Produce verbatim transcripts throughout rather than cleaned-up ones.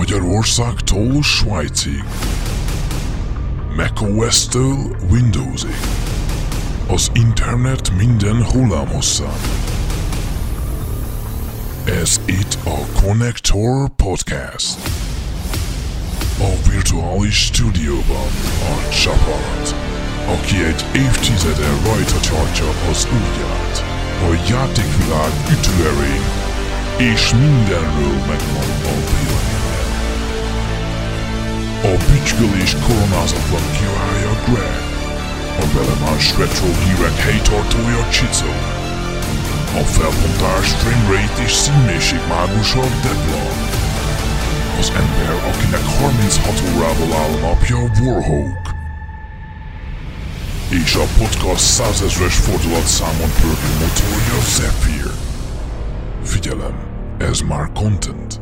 Magyarországtól Svájcig, macOS-től Windowsig, az internet minden hullámhosszán. Ez itt a Konnektor Podcast. A virtuális stúdióban a csapat, aki egy évtizede rajta tartja az ujját, a játékvilág ütőerén, és mindenről megvan a véleménye. A bütykölés koronázatlan királya Greg, a belemás retro hírek helytartója Csicó, a felbontás, framerate és színmélység mágusa Deadlock, az ember, akinek harminchat órával áll a napja Warhawk, és a podcast százezres fordulatszámon pörgő motorja Zephyr. Figyelem, ez már content.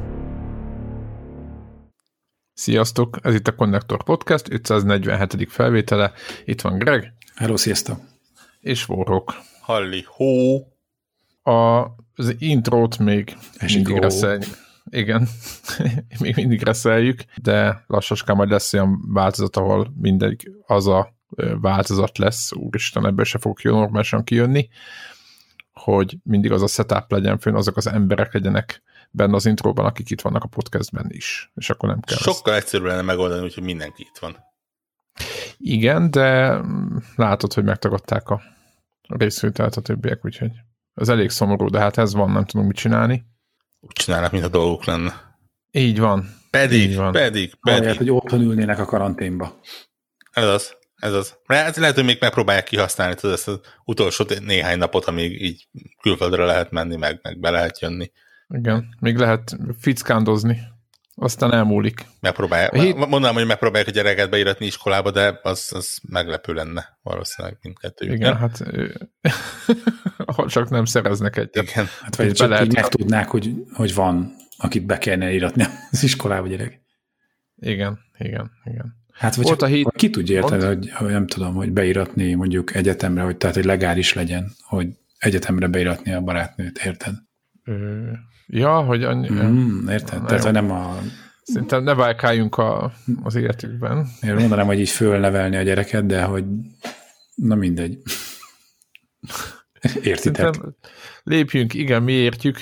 Sziasztok, ez itt a Konnektor Podcast, ötszáznegyvenhetedik felvétele. Itt van Greg. Hello, sziasztok. És Warhawk. Halli, hó. A, az intrót még Esik mindig hó. reszeljük. Igen, még mindig reszeljük, de lassaskán majd lesz olyan változat, ahol mindegy az a változat lesz, úristen, ebből se fog jól normálisan kijönni, hogy mindig az a setup legyen fönn, azok az emberek legyenek benne az intróban, akik itt vannak a podcastben is, és akkor nem kell. Sokkal ezt... egyszerűbb lenne megoldani, úgyhogy mindenki itt van. Igen, de látod, hogy megtagadták a részvételt a többiek, úgyhogy ez elég szomorú, de hát ez van, nem tudunk mit csinálni. Úgy csinálnak, mint a dolguk lenne. Így van. Pedig, Így van. pedig, pedig. Ahelyett, hogy otthon ülnének a karanténba. Ez az, ez az. Mert lehet, hogy még megpróbálják kihasználni tudod, ezt az utolsó néhány napot, amíg így külföldre lehet menni, meg, meg be lehet jönni. Igen, még lehet fickándozni, aztán elmúlik. Megpróbálják. Hét... Mondanám, hogy megpróbálják a gyereket beiratni iskolába, de az, az meglepő lenne valószínűleg mindkettőjük. Igen, nem? hát ha csak nem szereznek egyet. Igen. Hát vagy csak így megtudnák, hogy, hogy van, akit be kellene íratni az iskolába, gyerek. Igen, igen, igen. Hát vagy Volt csak, a hét... ki tudja érteni, hogy, hogy nem tudom, hogy beiratni mondjuk egyetemre, hogy tehát, hogy legális legyen, hogy egyetemre beiratni a barátnőt, érted? Ö... Ja, hogy annyi... Mm, érted? Na, tehát, jó. hogy nem a... Szerintem ne válkáljunk a, az életükben. Én mondanám, hogy így fölnevelni a gyereket, de hogy na mindegy. Értitek? Szerintem lépjünk, igen, mi értjük.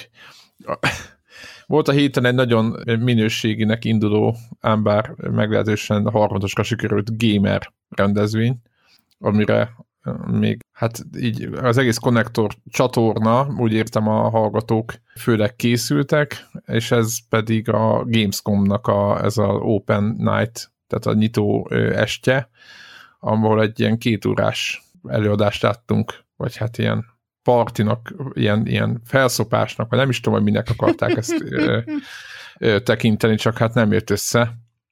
Volt a héten egy nagyon minőséginek induló, ám bár meglehetősen harmadosra sikerült gamer rendezvény, amire még, hát így az egész Konnektor csatorna, úgy értem a hallgatók főleg készültek, és ez pedig a Gamescomnak a, ez a Open Night, tehát a nyitó estje, ahol egy ilyen kétórás előadást láttunk, vagy hát ilyen partinak, ilyen, ilyen felszopásnak, vagy nem is tudom, hogy minek akarták ezt ö, ö, tekinteni, csak hát nem jött össze.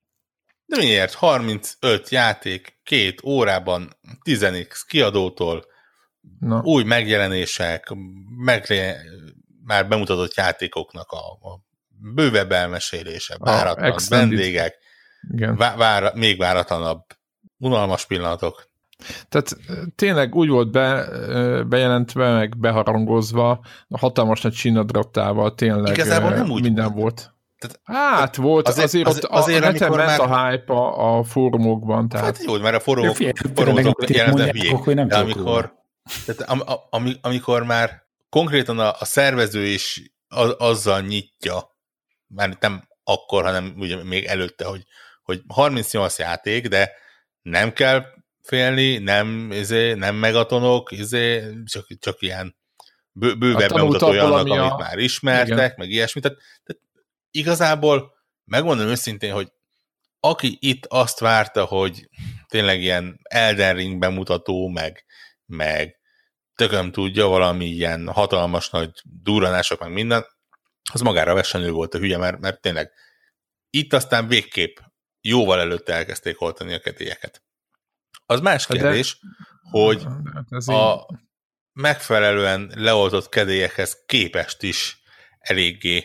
De miért? harmincöt játék, két órában, tíz x kiadótól, Na. új megjelenések, meg, már bemutatott játékoknak a, a bővebb elmesélése, váratlan vendégek, vá, vár, még váratlanabb, unalmas pillanatok. Tehát tényleg úgy volt be, bejelentve, meg beharangozva, a hatalmas nagy csinadrottával tényleg igazából nem úgy minden volt. volt. Tehát, hát volt, azért, azért, azért, azért a neten ment már... a hype a, a fórumokban. Tehát... Hát jó, mert a fórumok, fórumok jelenleg hülyék, de amikor, tehát am, am, amikor már konkrétan a, a szervező is az, azzal nyitja, már nem akkor, hanem ugye még előtte, hogy, hogy harmincnyolc játék, de nem kell félni, nem, izé, nem megatonok, izé, csak, csak ilyen bő, bővebb bemutatója annak, amit a... már ismertek, igen. Meg ilyesmi. Tehát, tehát igazából megmondom őszintén, hogy aki itt azt várta, hogy tényleg ilyen Elden Ring bemutató, meg, meg tököm tudja, valami ilyen hatalmas nagy durranások, meg minden, az magára vesenő volt a hülye, mert, mert tényleg itt aztán végképp jóval előtte elkezdték oltani a kedélyeket. Az más kérdés, de, hogy de a megfelelően leoltott kedélyekhez képest is eléggé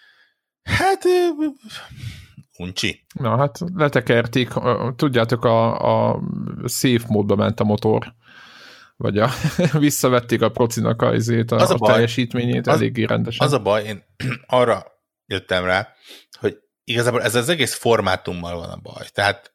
hát uncsi. Na hát letekerték, tudjátok, a, a safe módba ment a motor, vagy a, visszavették a procinak a, a, a teljesítményét az, eléggé rendesen. Az a baj, én arra jöttem rá, hogy igazából ez az egész formátummal van a baj. Tehát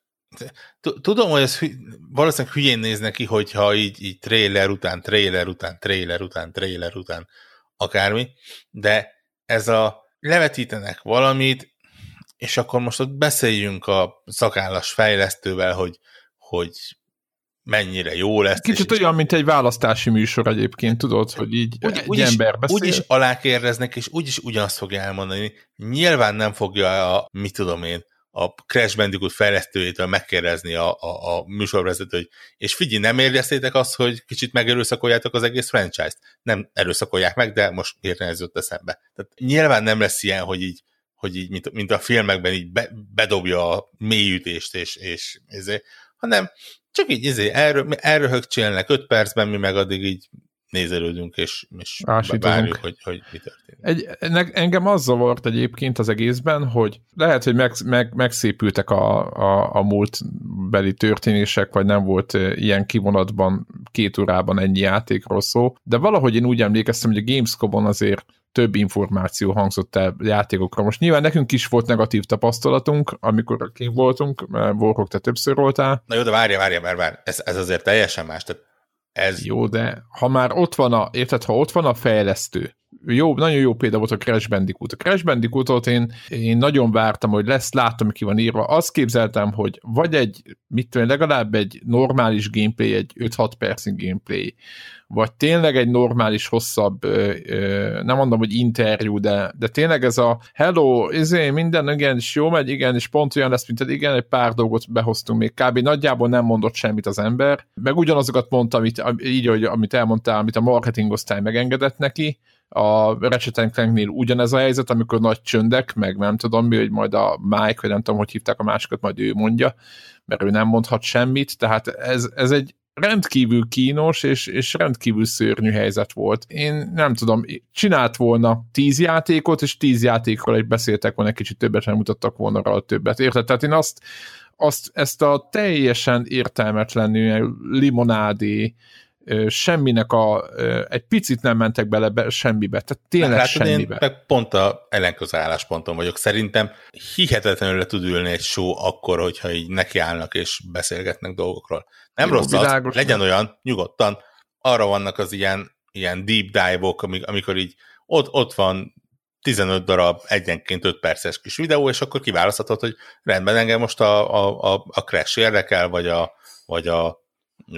tudom, hogy ez valószínűleg hülyén néz neki, hogyha így, így trailer után, trailer után, trailer után, trailer után, akármi, de ez a levetítenek valamit, és akkor most ott beszéljünk a szakállas fejlesztővel, hogy, hogy mennyire jó lesz. Kicsit olyan, mint egy választási műsor egyébként, tudod, hogy így úgy, egy úgy ember is, beszél. Úgy is alákérdeznek, és úgy is ugyanazt fogja elmondani. Nyilván nem fogja a, mit tudom én, a Crash Bandicoot fejlesztőjétől megkérdezni a, a, a műsorvezető, hogy és figyelj, nem éreztétek azt, hogy kicsit megerőszakoljátok az egész franchise-t? Nem erőszakolják meg, de most hirtelen ez jött eszembe. Tehát nyilván nem lesz ilyen, hogy így, hogy így mint, mint a filmekben így be, bedobja a mélyütést, és, és ezért, hanem csak így ezért elrö, elröhögcsélnek öt percben, mi meg addig így nézelődünk, és, és várjuk, hogy, hogy mi történik. Egy, engem az zavart egyébként az egészben, hogy lehet, hogy meg, meg, megszépültek a, a, a múltbeli történések, vagy nem volt ilyen kivonatban, két órában ennyi játékról szó, de valahogy én úgy emlékeztem, hogy a Gamescom-on azért több információ hangzott el játékokra. Most nyilván nekünk is volt negatív tapasztalatunk, amikor kint voltunk, mert Warhawk, te többször voltál. Na jó, de várja, várja, várja, várja. Ez, ez azért teljesen más. Tehát ez... Jó, de ha már ott van a, érted, ha ott van a fejlesztő, jó, nagyon jó példa volt a Crash Bandicoot. A Crash Bandicootot én, én nagyon vártam, hogy lesz, láttam, ki van írva. Azt képzeltem, hogy vagy egy, mit tudom, legalább egy normális gameplay, egy öt-hat percig gameplay, vagy tényleg egy normális, hosszabb, ö, ö, nem mondom, hogy interjú, de, de tényleg ez a hello, izé, minden igen, és jó megy, igen, és pont olyan lesz, mint egy igen, egy pár dolgot behoztunk még, kb. Nagyjából nem mondott semmit az ember, meg ugyanazokat mondta, amit, így, hogy, amit elmondtál, amit a marketing osztály megengedett neki. A Ratchet and Clanknél ugyanez a helyzet, amikor nagy csöndek, meg nem tudom mi, hogy majd a Mike, vagy nem tudom, hogy hívták a másikat, majd ő mondja, mert ő nem mondhat semmit, tehát ez, ez egy rendkívül kínos és, és rendkívül szörnyű helyzet volt. Én nem tudom, csinált volna tíz játékot, és tíz játékról egy beszéltek volna, egy kicsit többet, nem mutattak volna rá többet. Érted? Tehát én azt, azt ezt a teljesen értelmetlenül limonádé, semminek a, egy picit nem mentek bele be, semmibe, tehát tényleg látod, semmibe. Én meg pont a ellenkező állásponton vagyok. Szerintem hihetetlenül le tud ülni egy show akkor, hogyha így nekiállnak és beszélgetnek dolgokról. Nem jó, rossz az, legyen olyan, nyugodtan, arra vannak az ilyen, ilyen deep dive-ok, amikor így ott, ott van tizenöt darab egyenként öt perces kis videó, és akkor kiválaszthatod, hogy rendben, engem most a, a, a, a Crash érdekel, vagy a, vagy a, a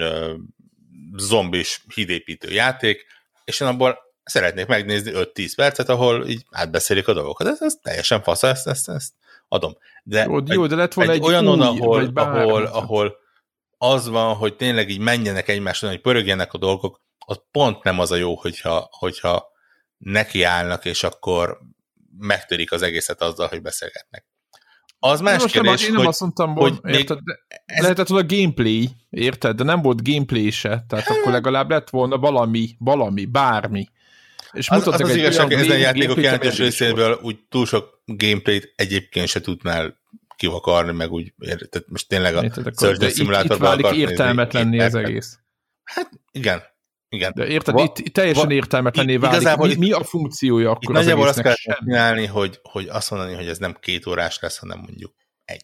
zombis hídépítő játék, és én abból szeretnék megnézni öt-tíz percet, ahol így átbeszélik a dolgokat. Ez, ez teljesen fasz, ezt, ezt, ezt adom. De jó, jó, de lett volna egy, egy olyanon, új, ahol, ahol, ahol az van, hogy tényleg így menjenek egymáson, hogy pörögjenek a dolgok, az pont nem az a jó, hogyha, hogyha nekiállnak, és akkor megtörik az egészet azzal, hogy beszélgetnek. Az más most kérdés, nem, én nem hogy, azt mondtam, hogy hogy érted, ez... lehetett volna gameplay, érted, de nem volt gameplay se, tehát akkor legalább lett volna valami, valami, bármi. És az, az, az igazság, hogy ezen játékok jelentős részéből úgy túl sok gameplayt egyébként se tudnál kivakarni, meg úgy, tehát most tényleg a Surgeon Simulatorban itt, itt válik értelmetlenné az egész. Hát igen. Igen. De érted, va, itt teljesen va, értelmetlenné válik. Mi, mi a funkciója akkor az nagyjából azt kell csinálni, hogy, hogy azt mondani, hogy ez nem két órás lesz, hanem mondjuk egy.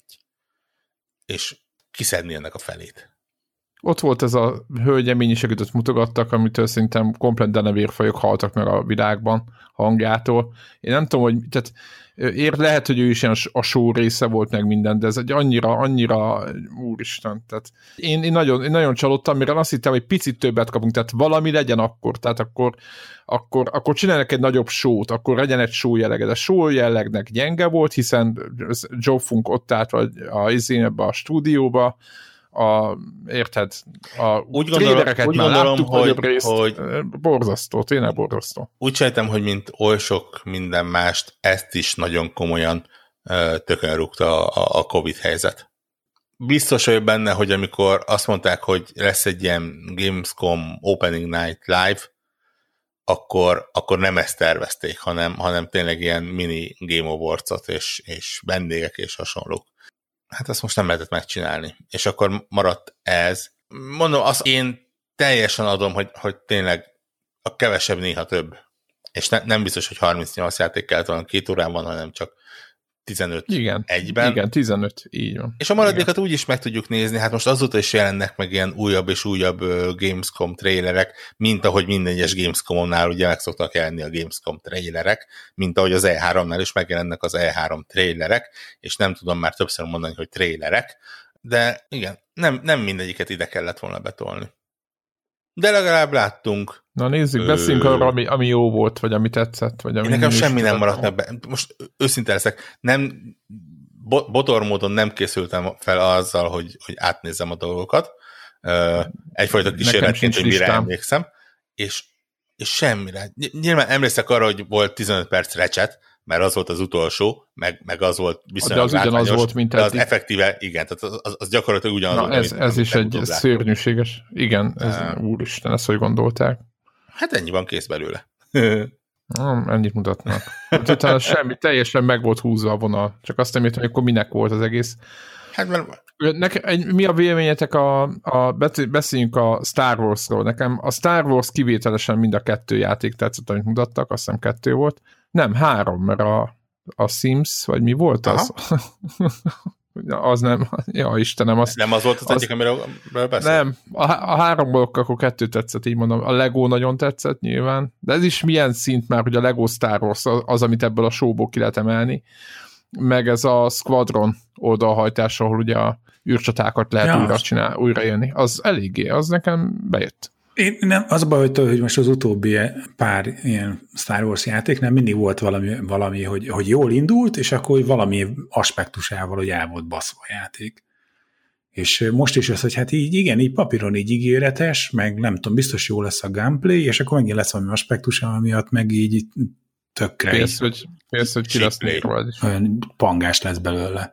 És kiszedni ennek a felét. Ott volt ez a hölgyeményiséget mutogattak, amitől szerintem komplet denevérfajok haltak meg a világban hangjától. Én nem tudom, hogy tehát ér, lehet, hogy ő is ilyen a show része volt meg minden, de ez egy annyira, annyira úristen. Tehát én, én, nagyon, én nagyon csalódtam, mire azt hittem, hogy picit többet kapunk, tehát valami legyen akkor, tehát akkor, akkor, akkor csinálnak egy nagyobb show-t, akkor legyen egy show jellege, de show jellegnek gyenge volt, hiszen Joe Funk ott állt a izénebbe a stúdióba, a, érted, a úgy trélereket már gondolom, láttuk hogy, nagyobb részt, hogy borzasztó, tényleg borzasztó. Úgy sejtem, hogy mint oly sok minden mást, ezt is nagyon komolyan uh, tökön rúgta a, a Covid helyzet. Biztos vagyok benne, hogy amikor azt mondták, hogy lesz egy ilyen Gamescom Opening Night Live, akkor, akkor nem ezt tervezték, hanem, hanem tényleg ilyen mini Game Awards-ot és, és vendégek és hasonlók. Hát azt most nem lehetett megcsinálni. És akkor maradt ez. Mondom, azt én teljesen adom, hogy, hogy tényleg a kevesebb néha több. És ne, nem biztos, hogy harmincnyolc játék kellett volna két órában, hanem csak tizenöt igen, egyben. Igen, tizenöt, így van. És a maradékat úgy is meg tudjuk nézni, hát most azóta is jelennek meg ilyen újabb és újabb Gamescom trailerek, mint ahogy minden egyes Gamescom-nál ugye meg szoktak jelenni a Gamescom trailerek, mint ahogy az E háromnál is megjelennek az E három trailerek, és nem tudom már többször mondani, hogy trailerek, de igen, nem, nem mindegyiket ide kellett volna betolni. De legalább láttunk. Na nézzük, beszéljünk ö... arra, ami, ami jó volt, vagy ami tetszett. Vagy ami nekem semmi nem maradt meg be. Most őszinte leszek, nem, botor módon nem készültem fel azzal, hogy, hogy átnézzem a dolgokat. Egyfajta kísérletként, hogy mire emlékszem. És, és semmire. Nyilván emlékszek arra, hogy volt tizenöt perc Ratchet, mert az volt az utolsó, meg, meg az volt viszonylag látványos. De az ugyanaz volt, mint eddig. De az effektíve, igen, tehát az, az gyakorlatilag ugyanaz Na, volt. Ez, ez is egy szörnyűséges. Igen, ez, uh, úristen, ezt hogy gondolták. Hát ennyi van kész belőle. Nem, ennyit mutatnak. Utána semmi, teljesen meg volt húzva a vonal. Csak azt nem értem, hogy akkor minek volt az egész. Hát mert... Nekem, mi a véleményetek a, a beszéljünk a Star Warsról. Nekem a Star Wars kivételesen mind a kettő játék tetszett, amit mutattak, azt hiszem kettő volt. Nem, három, mert a, a Sims, vagy mi volt az? Az nem, ja Istenem. Az, nem az volt az, az egyik, amiről beszél? Nem, a, a háromból akkor kettő tetszett, így mondom. A Lego nagyon tetszett nyilván, de ez is milyen szint már, hogy a Lego Star Wars az, az amit ebből a showból ki lehet emelni, meg ez a Squadron oldalhajtás, ahol ugye a űrcsatákat lehet ja, újra csinálni, újra jönni. Az eléggé, az nekem bejött. Én nem, az a baj, hogy most az utóbbi pár ilyen Star Wars játéknál mindig volt valami, valami hogy, hogy jól indult, és akkor valami aspektusával, hogy el volt baszva a játék. És most is az, hogy hát így igen, így papíron így ígéretes, meg nem tudom, biztos jó lesz a gameplay, és akkor megint lesz valami aspektusa, miatt meg így tökre. Félsz, hogy, félsz, hogy ki lesz nélkül. Olyan pangás lesz belőle.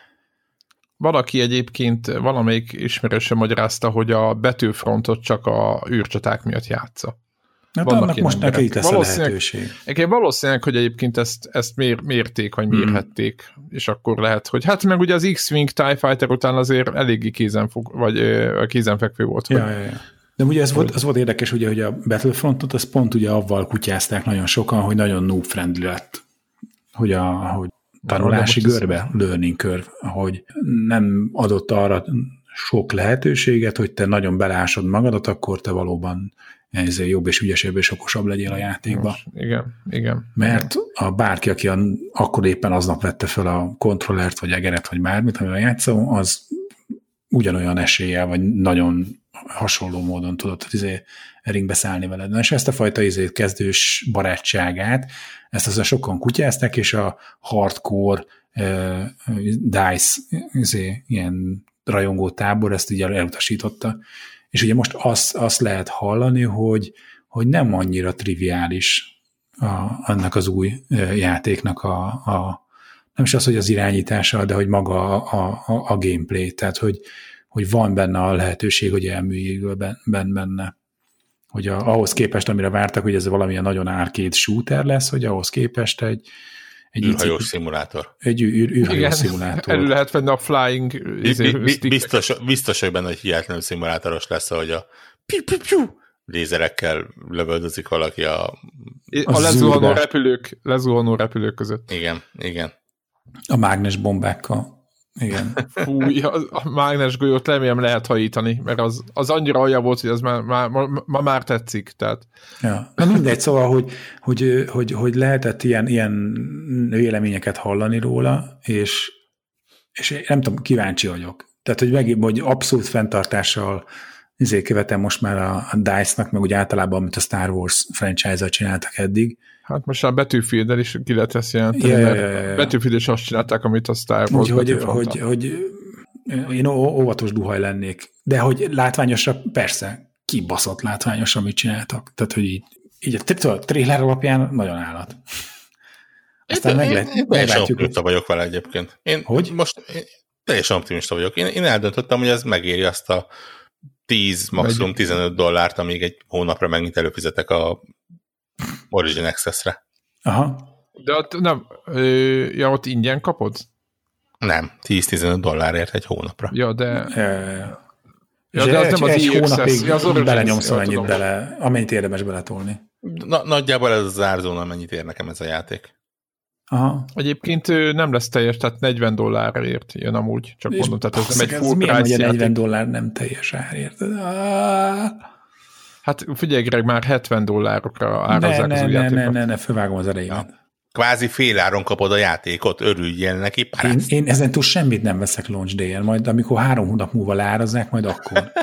Valaki egyébként, valamelyik ismerősen magyarázta, hogy a Battlefrontot csak a űrcsaták miatt játsza. Hát annak most neki itt lesz a lehetőség. Valószínűleg, hogy egyébként ezt, ezt mér, mérték, vagy mérhették, hmm. és akkor lehet, hogy hát meg ugye az X-Wing TIE Fighter után azért eléggé kézenfog, vagy ö, kézenfekvő volt. Ja, hogy, ja, ja. De ugye ez volt, az volt érdekes, ugye, hogy a Battlefrontot az pont ugye avval kutyázták nagyon sokan, hogy nagyon noob-friendly lett. Hogy a... Hogy tanulási görbe, learning curve, hogy nem adott arra sok lehetőséget, hogy te nagyon belásod magadat, akkor te valóban ezzel jobb és ügyesebb és okosabb legyél a játékba. Most, igen, igen. Mert a bárki, aki a, akkor éppen aznap vette fel a kontrollert, vagy egeret, vagy bármit, amivel játszom, az ugyanolyan eséllyel, vagy nagyon hasonló módon tudott izé, ringbe szállni veled. Na, és ezt a fajta izé, kezdős barátságát, ezt aztán sokan kutyázták, és a hardcore uh, DICE izé, ilyen rajongó tábor ezt így elutasította. És ugye most azt, azt lehet hallani, hogy, hogy nem annyira triviális a, annak az új uh, játéknak a, a nem is az, hogy az irányítása, de hogy maga a, a, a gameplay, tehát hogy, hogy van benne a lehetőség, hogy elműjégül benne. Hogy a, ahhoz képest, amire vártak, hogy ez valamilyen nagyon arcade shooter lesz, hogy ahhoz képest egy egy űrhajós szimulátor. Egy űr, űrhajós szimulátor. Elő lehet venni a flying biztos, biztos, hogy benne, hogy hihetetlenül szimulátoros lesz, ahogy a piu, piu, piu, lézerekkel lövöldözik valaki a... A lezuhanó repülők, lezuhanó repülők között. Igen, igen. A mágnes bombákkal. Igen. Fúj, a, a mágnes golyót remélem lehet hajítani, mert az, az annyira olyan volt, hogy az már, már, ma már tetszik. Tehát. Ja. Na mindegy, szóval, hogy, hogy, hogy, hogy lehetett ilyen, ilyen véleményeket hallani róla, és, és nem tudom, kíváncsi vagyok. Tehát, hogy, meg, hogy abszolút fenntartással ezért követem most már a, a DICE-nak, meg úgy általában, amit a Star Wars franchise-al csináltak eddig. Hát most a Battlefield-el is ki lehet ezt jelenteni, ja, mert ja, ja, ja. Battlefield is azt csinálták, amit a Star Wars úgy, hogy, hogy, hogy én óvatos duhaj lennék, de hogy látványosra, persze, kibaszott látványos, amit csináltak. Tehát, hogy így, így a trailer alapján nagyon állat. Aztán meg lehet, én teljesen optimista hogy... vagyok vele egyébként. Én hogy? Most én teljesen optimista vagyok. Én, én eldöntöttem, hogy ez megéri azt a tíz, maximum tizenöt dollárt, amíg egy hónapra megint előfizetek a Origin Access-re. Aha. De ott nem, ö, ja, ott ingyen kapod? Nem, tíz-tizenöt dollárért egy hónapra. Ja, de... E... Ja, de az egy, nem az egy hónapig ja, belenyomsz annyit bele, amennyit érdemes beletolni. Na, nagyjából ez az árzóna, amennyit ér nekem ez a játék. Aha. Egyébként nem lesz teljes, tehát negyven dollárért jön amúgy, csak és mondom, tehát ez nem egy full price játék. negyven dollár nem teljes árért? Hát figyelj, Greg, már hetven dollárokra árazzák ne, az új ne, játékot. Ne, ne, ne, fölvágom az elejémet. Ja. Kvázi féláron kapod a játékot, örüljél neki. Én, én ezentúl semmit nem veszek launch day-en, majd amikor három hónap múlva leárazzák, majd akkor.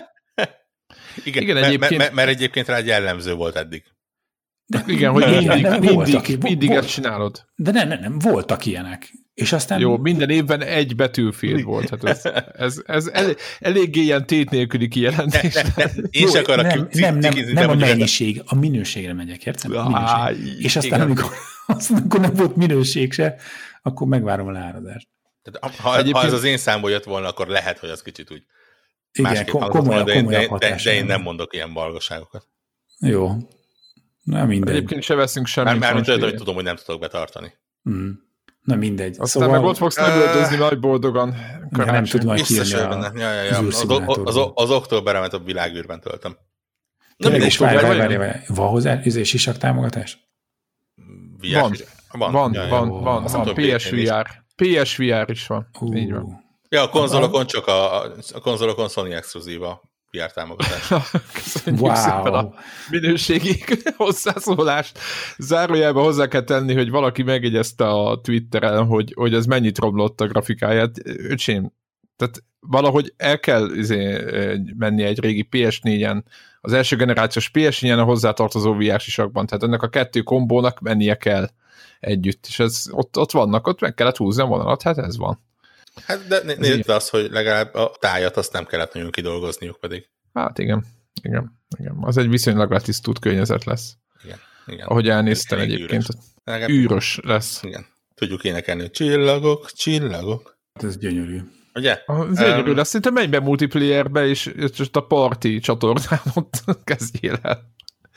Igen, Igen egyébként... Mert, mert egyébként rá egy jellemző volt eddig. De, igen, hogy mindig, nem, mindig, mindig, mindig ezt csinálod. De nem, nem, nem, voltak ilyenek. És aztán... Jó, minden évben egy Battlefield volt. Hát ez, ez, ez el, eléggé ilyen tét nélküli kijelentés. Ne, ne, ne, én sem akarok nem, nem, nem, nem a mennyiség, a minőségre megyek, érted? Ah, és aztán amikor, aztán, amikor nem volt minőség se, akkor megvárom a leárazást. Tehát, ha, ha ez az én számból jött volna, akkor lehet, hogy az kicsit úgy igen, másképp kom- komolyabb, de, komolyabb de, de, de én nem mondok ilyen balgaságokat. Jó. Na mindegy. Egyébként se veszünk semmit. Már, már mint hogy tudom, hogy nem tudok betartani. Mm. Na mindegy. Aztán szóval... meg ott fogsz megöltözni uh... nagy boldogan. Ja, nem tud majd kijönni a ja, ja, ja. Az, az, az, az októberemet a világűrben töltöm. Na mindegy, várj, várj, várj, várj. Van hozzá sisak támogatás? Van, van, van, ja, van, van, van, van. pé es vé er. pé es vé er is van. Uh. Így van. Ja, a konzolokon csak a, a konzolokon Sony exkluzív a vé er támogatás. Köszönjük wow. szépen a minőségi hozzászólást. Zárójelben hozzá kell tenni, hogy valaki megjegyezte a Twitteren, hogy, hogy ez mennyit romlott a grafikáját. Öcsém, tehát valahogy el kell izé, menni egy régi pé es négyen, az első generációs pé es négyen a hozzátartozó vé er sisakban, tehát ennek a kettő kombónak mennie kell együtt, és ez, ott, ott vannak, ott meg kellett húzni a vonalat, hát ez van. Hát de nézd az, hogy legalább a tájat azt nem kellett nagyon kidolgozniuk pedig. Hát igen, igen, igen. Az egy viszonylag letisztult környezet lesz. Igen, igen. Ahogy elnéztem egyébként, űrös lesz. Igen. Tudjuk énekelni, hogy csillagok, csillagok. Ez gyönyörű. Ugye? Az gyönyörű lesz. Szerintem menj be multiplayerbe, és, és a party csatornán ott kezdjél el.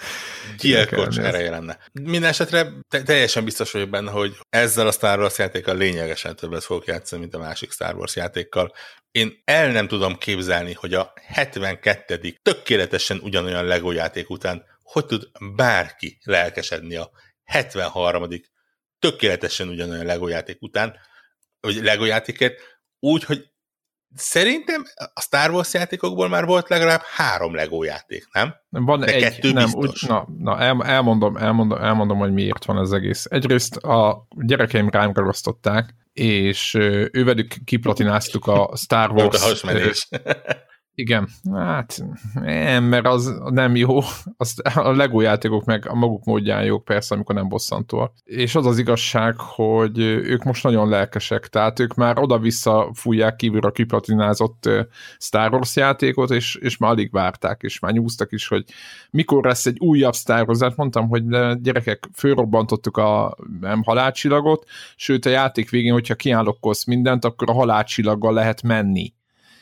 Gyilkos ereje lenne. Minden esetre te- teljesen biztos vagyok benne, hogy ezzel a Star Wars játékkal lényegesen többet fogok játszani, mint a másik Star Wars játékkal. Én el nem tudom képzelni, hogy a hetvenkettedik tökéletesen ugyanolyan Lego játék után hogy tud bárki lelkesedni a hetvenharmadik tökéletesen ugyanolyan Lego játék után, vagy Lego játékért, úgy, hogy szerintem a Star Wars játékokból már volt legalább három Lego játék, nem? Van de egy, kettő nem, biztos. Úgy, na, na el, elmondom, elmondom, elmondom, hogy miért van ez egész. Egyrészt a gyerekeim rám ragasztották, és ővelük kiplatináztuk a Star Wars... Volt a hasmenés. Igen, hát nem, mert az nem jó. Azt, a Lego játékok meg a maguk módján jók persze, amikor nem bosszantóak. És az az igazság, hogy ők most nagyon lelkesek, tehát ők már oda-vissza fújják kívülre a kiplatinázott Star Wars játékot, és, és már alig várták, és már nyúztak is, hogy mikor lesz egy újabb Star Wars. Hát mondtam, hogy gyerekek, fölrobbantottuk a nem, halálcsillagot, sőt a játék végén, hogyha kiállokkolsz mindent, akkor a halálcsillaggal lehet menni.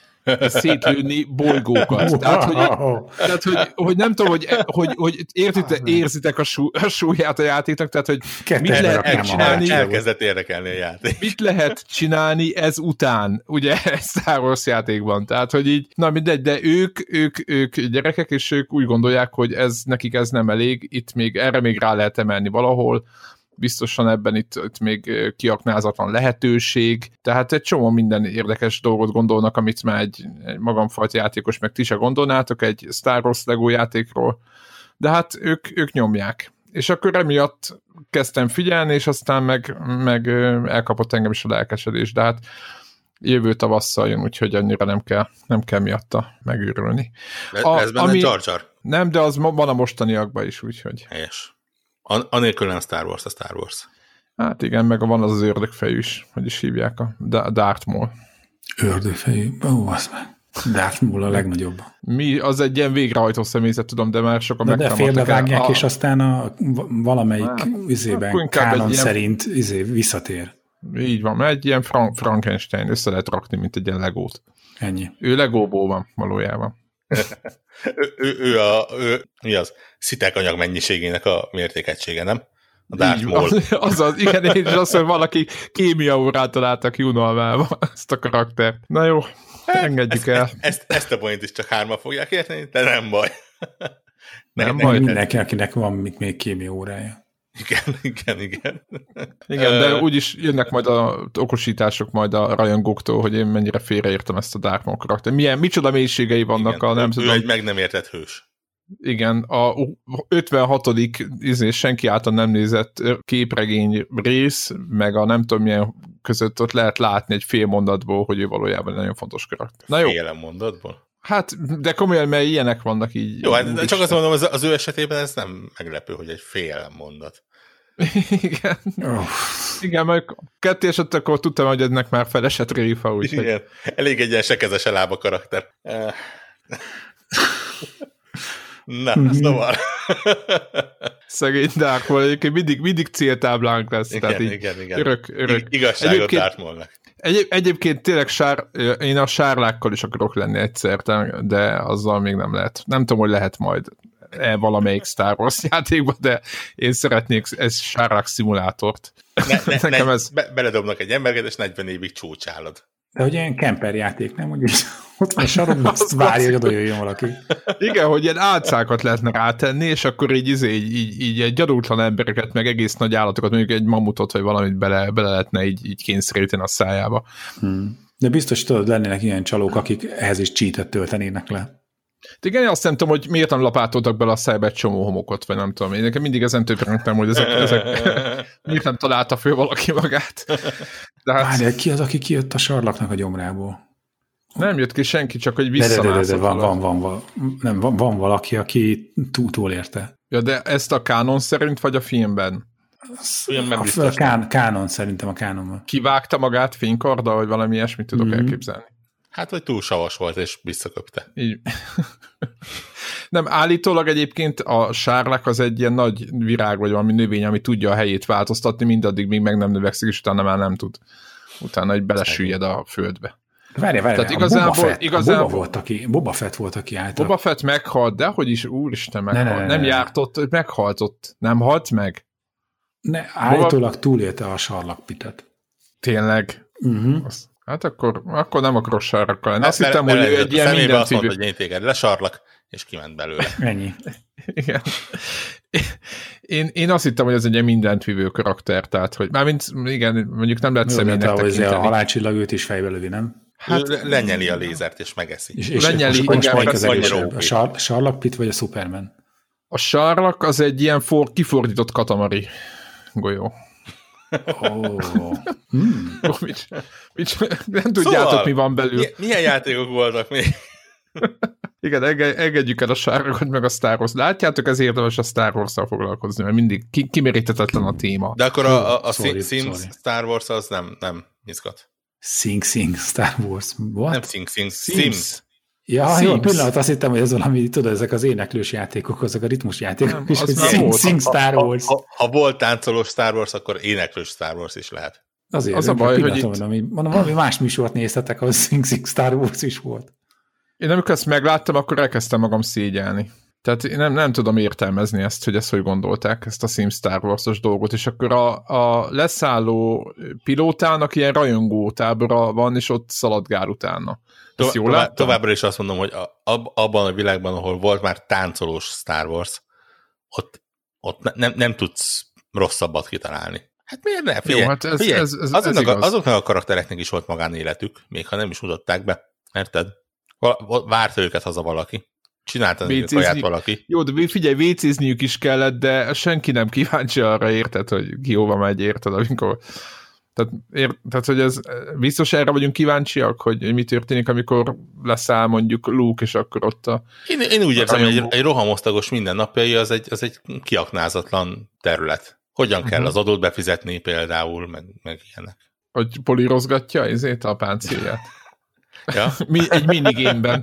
Szétlőni bolygókat. Tehát, hogy, tehát, hogy, hogy nem tudom, hogy, hogy, hogy értitek, érzitek a, sú, a súlyát a játéknak, tehát, hogy Kettő mit lehet csinálni. Elkezdett érdekelni a játék. Mit lehet csinálni ez után, ugye, Star Wars játékban. Tehát, hogy így, na mindegy, de ők, ők, ők gyerekek, és ők úgy gondolják, hogy ez nekik ez nem elég, itt még, erre még rá lehet emelni valahol, biztosan ebben itt, itt még kiaknázatlan lehetőség, tehát egy csomó minden érdekes dolgot gondolnak, amit már egy, egy magamfajta játékos meg ti se gondolnátok egy Star Wars Lego játékról, de hát ők, ők nyomják. És akkor emiatt kezdtem figyelni, és aztán meg, meg elkapott engem is a lelkesedés, de hát jövő tavasszal jön, úgyhogy annyira nem kell, nem kell miatta megőrülni. A, ez benne ami, Jar Jar? Nem, de az van a mostaniakban is, úgyhogy. Helyes. Anélkül nem Star Wars, a Star Wars. Hát igen, meg van az az ördögfejű is, hogy is hívják a Darth Maul. Ördögfejű? Ó, az meg. Darth Maul a legnagyobb. Mi, az egy ilyen végrehajtó személyzet, tudom, de már sokan megtámadtak. De félbevágják, a... és aztán a valamelyik hát, izében, kánon ilyen... szerint izé, visszatér. Így van, mert egy ilyen Frank- Frankenstein össze lehet rakni, mint egy ilyen Legót. Ennyi. Ő Legóból van valójában. ő, ő, ő a, ő, mi az? Szitek anyag mennyiségének a mértékegysége, nem? A Darth Maul. Azaz, igen, és azt, hogy valaki kémiaórát találtak unalmába ezt a karaktert. Na jó, hát, engedjük ezt, el. Ezt, ezt, ezt a point is csak hárman fogják érteni, de nem baj. Nem baj. Mindenki, akinek van még kémiaórája. Igen, igen, igen. Igen, de úgyis jönnek majd az okosítások majd a rajongóktól, hogy én mennyire félreértem ezt a Darth Maul karakter. Milyen, micsoda mélységei vannak igen, a nem ő, tudom. Ő egy meg nem értett hős. Igen, a ötvenhatodik izé, senki által nem nézett képregény rész, meg a nem tudom milyen között ott lehet látni egy fél mondatból, hogy ő valójában nagyon fontos karakter. Na jó. Fél mondatból? Hát, de komolyan, mert ilyenek vannak így. Jó, hát csak azt mondom, az, az ő esetében ez nem meglepő, hogy egy fél mondat. Igen. Oh. Igen, mert kettő eset akkor tudtam, hogy ennek már felesett réfa, úgyhogy... Igen, elég egy ilyen sekezes a lába karakter. Na, mm-hmm. Szóval. Szegény Darth Maul egyébként mindig, mindig céltáblánk lesz. Igen, tehát így igen, igen. Örök, örök. Igazságot Darth Maulnak. Egy, egyébként tényleg sár, én a sárlákkal is akarok lenni egyszer, de azzal még nem lehet. Nem tudom, hogy lehet majd e valamelyik Star Wars játékban, de én szeretnék ez sárlák szimulátort. Ne, ne, Nekem ne, ez... be, beledobnak egy emberket, és negyven évig csúcsálod. De hogy ilyen kemper játék, nem? Hogy ott van a sarokban, azt várja, hogy oda jöjjön valaki. Igen, hogy ilyen álcákat lehetne rátenni, és akkor így, így, így, így egy gyanútlan embereket, meg egész nagy állatokat, mondjuk egy mamutot, vagy valamit bele, bele lehetne így, így kényszeríteni a szájába. Hmm. De biztos tudod, lennének ilyen csalók, akik ehhez is cheatet töltenének le. De igen, azt nem tudom, hogy miért nem lapátoltak bele a szájba egy csomó homokot, vagy nem tudom. Én nekem mindig ezen többrentem, hogy ezek, ezek miért nem találta föl valaki magát. De hát... Várj, ki az, aki kijött a sarlaknak a gyomrából? Nem jött ki senki, csak hogy visszamászott. Van, van, van, van, nem, van, van valaki, aki túl érte. Ja, de ezt a kánon szerint, vagy a filmben? Filmben a, biztos. A kán, kánon, szerintem a kánonban. Kivágta magát fénykarddal, vagy valami ilyesmit tudok mm-hmm. elképzelni. Hát, vagy túl savas volt, és visszaköpte. Így. Nem, állítólag egyébként a sárlák az egy ilyen nagy virág, vagy valami növény, ami tudja a helyét változtatni, mindaddig még meg nem növekszik, és utána már nem tud. Utána egy belesüllyed a földbe. Várj, várj, Tehát igazából, Boba Fett, igazából, Boba, volt, aki, Boba Fett volt, aki által. Boba Fett meghalt, de hogy is, úristen, meghalt. Ne, ne, ne, nem ne, járt ott, meghalt ott. Nem halt meg? Ne, állítólag túlélte a sarlakpitet. Tényleg? Uh-huh. Azt, hát akkor, akkor nem akarok sarlakkal lenni. Azt hittem, hogy ő egy ilyen mindent hívő. Azt mondta, hogy én téged lesarlak, és kiment belőle. Ennyi. Igen. Én, én azt hittem, hogy ez egy ilyen mindent vívő karakter, tehát, hogy mármint, igen, mondjuk nem lehet személynek tekinteni. A halálcsillag őt is fejbe lövi, nem? Hát lenyeli a lézert, és megeszi. És, és lenyeli, most, igen, most az erősebb, a sar, sarlakpit vagy a Superman? A sarlak az egy ilyen for, kifordított katamari golyó. Oh. Hmm. Oh, mit, mit, nem tudjátok, szóval, mi van belül. Milyen játékok voltak még? Igen, engedjük el a sárlagot, meg a Star Wars. Látjátok, ez érdemes a Star Wars-szal foglalkozni, mert mindig kimeríthetetlen a téma. De akkor a, a, a sorry, Sims sorry. Star Wars az nem, nem izgat. Sing Sing Star Wars. What? Nem Sing Sing, Sims. Sims. Ja, Sims. Jó, pillanat, azt hittem, hogy ez valami, tudod, ezek az éneklős játékok, azok a ritmus játékok, nem, és hogy Sing Sing Star Wars. Ha, ha, ha volt táncolós Star Wars, akkor éneklős Star Wars is lehet. Azért, az a baj, hogy itt... mondom, mondom, valami más műsort néztetek, ahol Sing Sing Star Wars is volt. Én amikor ezt megláttam, akkor elkezdtem magam szégyelni. Tehát én nem, nem tudom értelmezni ezt, hogy ezt hogy gondolták, ezt a Sims Star Wars-os dolgot, és akkor a, a leszálló pilótának ilyen rajongó tábora van, és ott szaladgál utána. To- jól tovább, továbbra is azt mondom, hogy a, ab, abban a világban, ahol volt már táncolós Star Wars, ott, ott ne, nem, nem tudsz rosszabbat kitalálni. Hát miért ne? Figyelj, Jó, hát ez, figyelj, ez, ez, azoknak, ez a, azoknak a karaktereknek is volt magánéletük, még ha nem is mutatták be. Érted? Várta őket haza valaki. Csinálta a kaját valaki. Jó, de figyelj, vécézniük is kellett, de senki nem kíváncsi arra, érted, hogy ki hova megy, érted, amikor... Tehát, ér, tehát, hogy ez biztos erre vagyunk kíváncsiak, hogy mi történik, amikor leszáll mondjuk Luke, és akkor ott a... Én, én úgy érzem, hogy egy, egy rohamosztagos mindennapjai az egy, az egy kiaknázatlan terület. Hogyan uh-huh. kell az adót befizetni például, meg, meg ilyenek. Hogy polírozgatja ezért a páncélját. Ja. Mi, egy minigémben.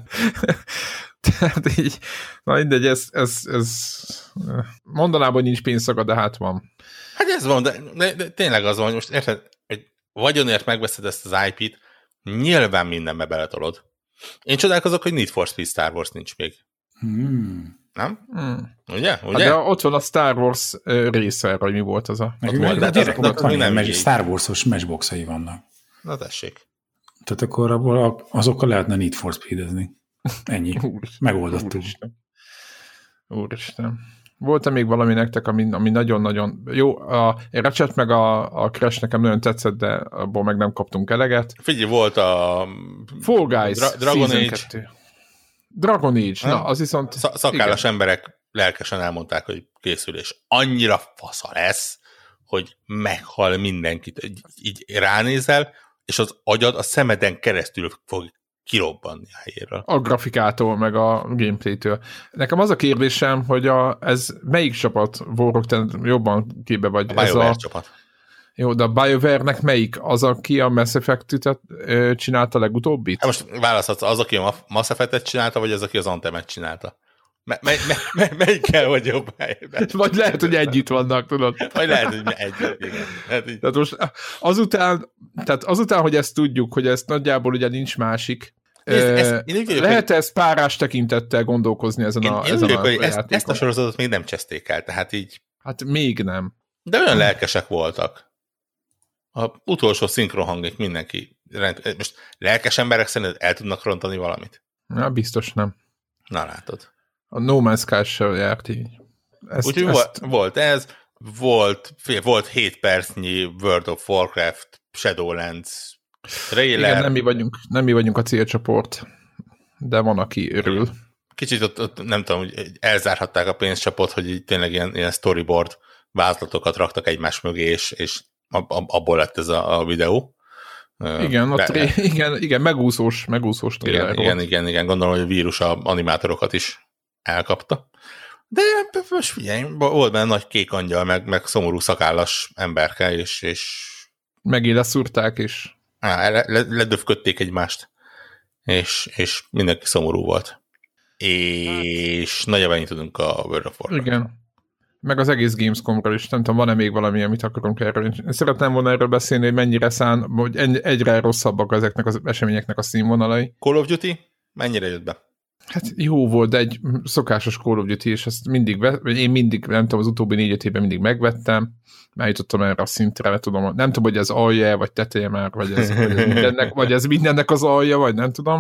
Tehát így, na mindegy, ez, ez, ez mondanában, hogy nincs pénzszaga, de hát van. Hát ez van, de, de, de tényleg az van, hogy most érted, egy vagyonért megveszed ezt az í pét, nyilván mindenbe beletolod. Én csodálkozok, hogy Need for Speed Star Wars nincs még. Hmm. Nem? Hmm. Ugye? Ugye? Hát de ott van a Star Wars része, hogy mi volt az a... Meg, meg, de gyereknek van ilyen meg Star Wars-os matchboxai vannak. Na tessék. Tehát akkor azokkal lehetne Need for Speed-ezni. Ennyi. Megoldottuk. Úristen. Úristen. Volt-e még valami nektek, ami, ami nagyon-nagyon jó? A Ratchet meg a, a Crash nekem nagyon tetszett, de abból meg nem kaptunk eleget. Figyelj, volt a Fall Guys, Dra- Dragon Age. kettő. Dragon Age, na, az viszont... Sz- szakállas igen. emberek lelkesen elmondták, hogy készül, és annyira fasza lesz, hogy meghal mindenkit. Így, így ránézel, és az agyad a szemeden keresztül fog kirobbanni a helyéről. A grafikától, meg a gameplaytől. Nekem az a kérdésem, hogy a, ez melyik csapat, Vorog, te jobban képbe vagy? A BioWare ez a csapat. Jó, de a BioWare-nek melyik? Az, aki a Mass Effect-et csinálta legutóbbit? Hát most választhatsz, az, aki a Mass Effect-et csinálta, vagy az, aki az Anthemet csinálta? Me- me- me- me- melyikkel vagy jobb helyben? Vagy lehet, hogy együtt vannak, tudod? Vagy lehet, hogy együtt, igen. Hát így. Tehát most azután, tehát azután, hogy ezt tudjuk, hogy ezt nagyjából ugye nincs másik, Nézd, ezt, vagyok, lehet hogy... ezt párás tekintettel gondolkozni ezen én, a, én ezen vagyok, a hogy ezt, ezt a sorozatot még nem cseszték el, tehát így... Hát még nem. De olyan lelkesek voltak. A utolsó szinkronhangig mindenki... Rend... Most lelkes emberek szerint el tudnak rontani valamit? Na, biztos nem. Na, látod. A No Man's Sky sem járt így. Úgyhogy ezt... volt ez, volt, volt hét percnyi World of Warcraft, Shadowlands trailer. Igen, nem mi vagyunk, nem mi vagyunk a célcsoport, de van, aki örül. Kicsit ott, ott nem tudom, hogy elzárhatták a pénzcsapot, hogy így tényleg ilyen, ilyen storyboard vázlatokat raktak egymás mögé, és, és abból lett ez a, a videó. Igen, De, tré- igen, igen, megúszós, megúszós trailer igen, igen, igen, igen, gondolom, hogy a vírus a animátorokat is elkapta. De most figyelj, volt benne nagy kék angyal, meg, meg szomorú szakállas emberke, és... és... megint leszúrták, és... Á, le, le, ledöfködték egymást, és, és mindenki szomorú volt. És hát. Nagyjából ennyit tudunk a World of Warcraft. Igen. Meg az egész Gamescomról is, nem tudom, van-e még valami, amit akarunk erről. Én szeretném volna erről beszélni, hogy mennyire szán, hogy egyre rosszabbak ezeknek az eseményeknek a színvonalai. Call of Duty? Mennyire jött be? Hát jó volt, de egy szokásos Call of Duty, és ezt mindig, én mindig, nem tudom, az utóbbi négy-öt évben mindig megvettem, eljutottam erre a szintre, tudom, nem tudom, hogy ez alja, vagy teteje már, vagy ez, vagy ez, mindennek, vagy ez mindennek az alja, vagy nem tudom,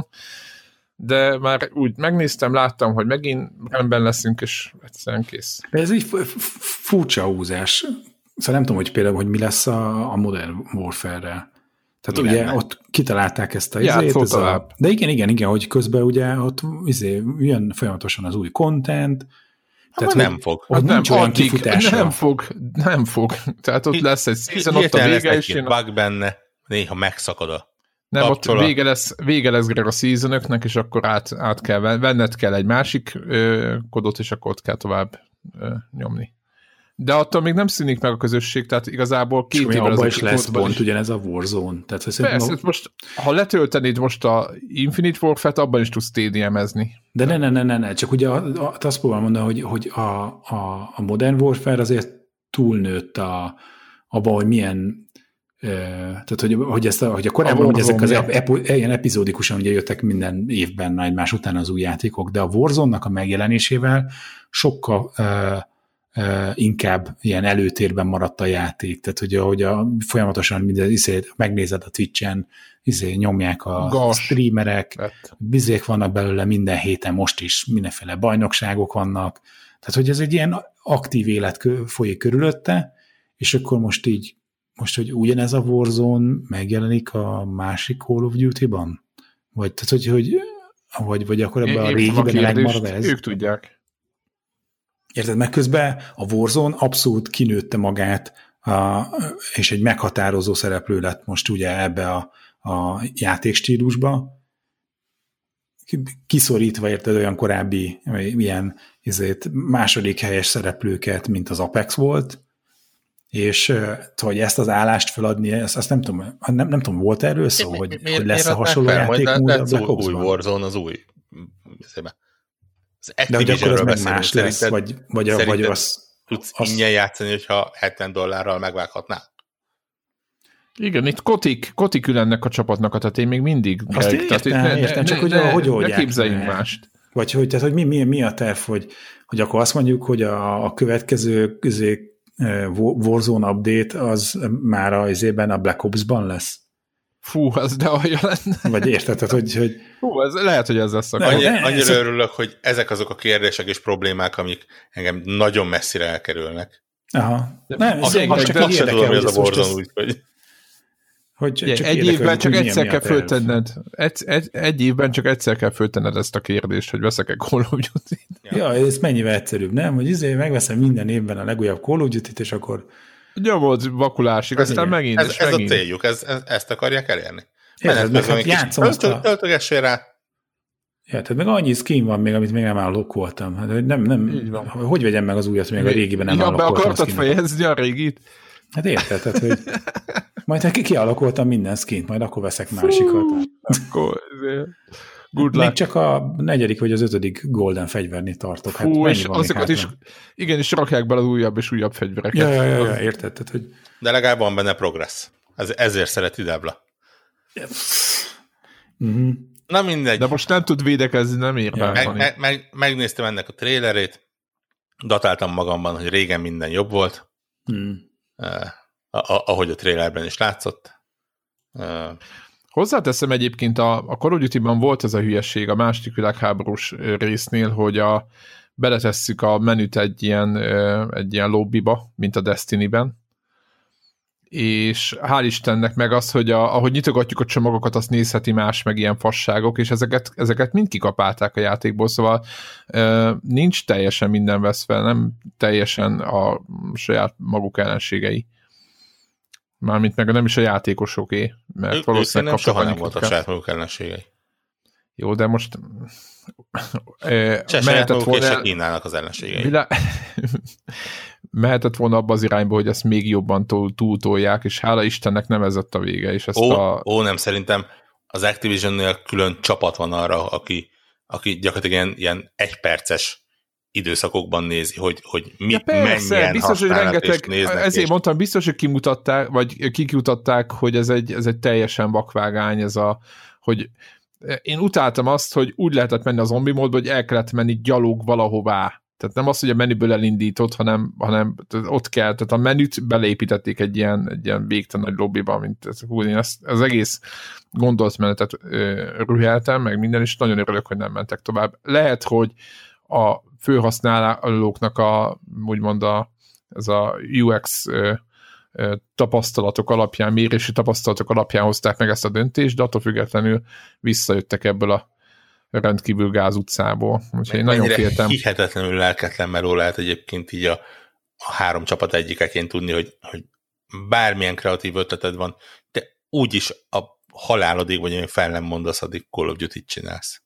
de már úgy megnéztem, láttam, hogy megint rendben leszünk, és egyszerűen kész. De ez így furcsa húzás. Szóval nem tudom, hogy például, hogy mi lesz a, a Modern Warfare-rel. Tehát mi ugye lenne? Ott kitalálták ezt a izét. Ez a, de igen, igen, igen, hogy közben ugye ott izé, jön folyamatosan az új content. Tehát nem hogy, fog. Hogy nincs olyan kifutásra. Nem fog, nem fog. Tehát ott lesz egy season, ott a vége is. Egy bug benne, néha megszakad a nem, kapcsolat. Ott vége lesz, vége lesz a seasonöknek, és akkor át, át kell venned kell egy másik ö, kodot, és akkor ott kell tovább ö, nyomni. De attól még nem szűnik meg a közösség, tehát igazából két évvel az is lesz pont is. Ugyanez a Warzone. Tehát persze, a... most, ha letöltenéd most a Infinite Warfare-t, abban is tudsz té dé em-ezni. De ne, ne, ne, ne, ne. Csak ugye azt próbálom mondani, hogy, hogy a, a, a Modern Warfare azért túlnőtt a, abban, hogy milyen tehát, hogy, hogy, ezt a, hogy a korábban, a hogy ezek az ep, ep, ilyen epizódikusan ugye jöttek minden évben egymás után az új játékok, de a Warzone-nak a megjelenésével sokkal uh, uh, inkább ilyen előtérben maradt a játék. Tehát, hogy ahogy a, folyamatosan minden, izé, megnézed a Twitch-en, izé, nyomják a Gas. streamerek, Lett. bizék vannak belőle minden héten, most is mindenféle bajnokságok vannak. Tehát, hogy ez egy ilyen aktív élet folyik körülötte, és akkor most így most, hogy ugyanez a Warzone megjelenik a másik Call of Duty-ban? Vagy, tehát, hogy, hogy vagy, vagy akkor ebben a régiben megmarad ez? Ők tudják. Érted, meg közben a Warzone abszolút kinőtte magát, a, és egy meghatározó szereplő lett most ugye ebbe a, a játékstílusba, kiszorítva, érted, olyan korábbi ilyen ezért, második helyes szereplőket, mint az Apex volt, és hogy ezt az állást feladni, ezt, azt nem tudom, nem, nem tudom, volt erről szó, mi, hogy, mi, hogy lesz a hasonló játékmód a Black Ops-ban? Új Warzone az új. Az de hogy akkor az meg más lesz, vagy, vagy, a, vagy az... Tudsz az... ingyen játszani, hogyha hetven dollárral megvághatnál? Igen, itt kotik, kotik ül ennek a csapatnak, tehát én még mindig... Azt értem, tehát értem, ne, értem, csak ne, hogy hogy ne képzeljünk mást. Vagy hogy, tehát, hogy mi, mi, mi a terv, hogy, hogy akkor azt mondjuk, hogy a, a következő közé Warzone update az már az évben a Black Ops-ban lesz? Fú, ez de olyan lenne. Vagy érted, hogy... hogy... Fú, ez, lehet, hogy ez lesz a... Annyi, annyira ez... örülök, hogy ezek azok a kérdések és problémák, amik engem nagyon messzire elkerülnek. Aha. Nem, ez csak, csak azt sem tudom, hogy ez a borzon úgy, hogy... hogy ja, csak egy évben csak egyszer kell föltenned. Egy, egy, egy évben csak egyszer kell föltenned ezt a kérdést, hogy veszek-e Call of Duty-t. Ja, ez mennyivel egyszerűbb, nem? Hogy izé megveszem minden évben a legújabb Call of Duty-t, és akkor... Nyomod vakulásig, ez aztán megint. Ez, ez megint. a céljuk, ez, ez, ezt akarják elérni. Érted, meg hát játszom azt a... Töltögessél rá. Ja, tehát meg annyi skin van még, amit még nem állokkoltam. Hát, hogy nem, nem, hogy vegyem meg az újat, még a régiben nem állokkoltam. Ja, be akartad fejezni a régit? Hát érted, tehát, hogy majd ha kialakultam minden skint, majd akkor veszek másikat. Akkor good luck. Még csak a negyedik vagy az ötödik golden fegyvernél tartok. Fú, hát és azokat is, igen, és rakják bele az újabb és újabb fegyvereket. Ja, ja, ja, ja érted, tehát, hogy... De legalább van benne progress. Ez, ezért szereti Debla. Uh-huh. Na mindegy. De most nem tud védekezni, nem ér ja. meg, meg, meg, Megnéztem ennek a trélerét, datáltam magamban, hogy régen minden jobb volt, hmm. uh, ahogy a trélerben is látszott. Uh, Hozzáteszem egyébként, a, a Call of Duty-ban volt ez a hülyeség a második világháborús résznél, hogy a, beletesszük a menüt egy ilyen, egy ilyen lobbyba, mint a Destiny-ben, és hál' Istennek meg az, hogy a, ahogy nyitogatjuk a csomagokat, azt nézheti más, meg ilyen fasságok, és ezeket, ezeket mind kikapálták a játékból, szóval e, nincs teljesen minden veszve, nem teljesen a saját maguk ellenségei. Mármint meg nem is a játékosoké, mert ő, valószínűleg nem soha nem volt a saját maguk ellenségei. Jó, de most e, se saját maguk és se Kínának az ellenségei. Vilá... mehetett volna abba az irányba, hogy ezt még jobban túltolják, és hála Istennek nem ez lett a vége. És ezt ó, a... ó, nem, szerintem az Activision-nél külön csapat van arra, aki, aki gyakorlatilag ilyen, ilyen egyperces időszakokban nézi, hogy, hogy mi, ja persze, mennyien biztos, hogy rengeteg, néznek. Ezért és... mondtam, biztos, hogy kimutatták, vagy kikimutatták, hogy ez egy, ez egy teljesen vakvágány, ez a, hogy én utáltam azt, hogy úgy lehetett menni a zombi módba, hogy el kellett menni gyalog valahová. Tehát nem az, hogy a menüből elindított, hanem, hanem ott kell, tehát a menüt beleépítették egy ilyen, egy ilyen végtelen nagy lobbyba, mint ez, hú, én ezt, az egész gondolatmenetet ö, rüheltem, meg minden, és nagyon örülök, hogy nem mentek tovább. Lehet, hogy a főhasználóknak a, úgymond a, ez a u iksz ö, ö, tapasztalatok alapján, mérési tapasztalatok alapján hozták meg ezt a döntést, de attól függetlenül visszajöttek ebből a rendkívül gáz utcából. Úgyhogy én nagyon féltem. Hihetetlenül lelketlen meló lehet egyébként így a, a három csapat egyikeként tudni, hogy, hogy bármilyen kreatív ötleted van, de úgyis a halálodig, vagy olyan fel nem mondasz, addig Call of Duty-t csinálsz.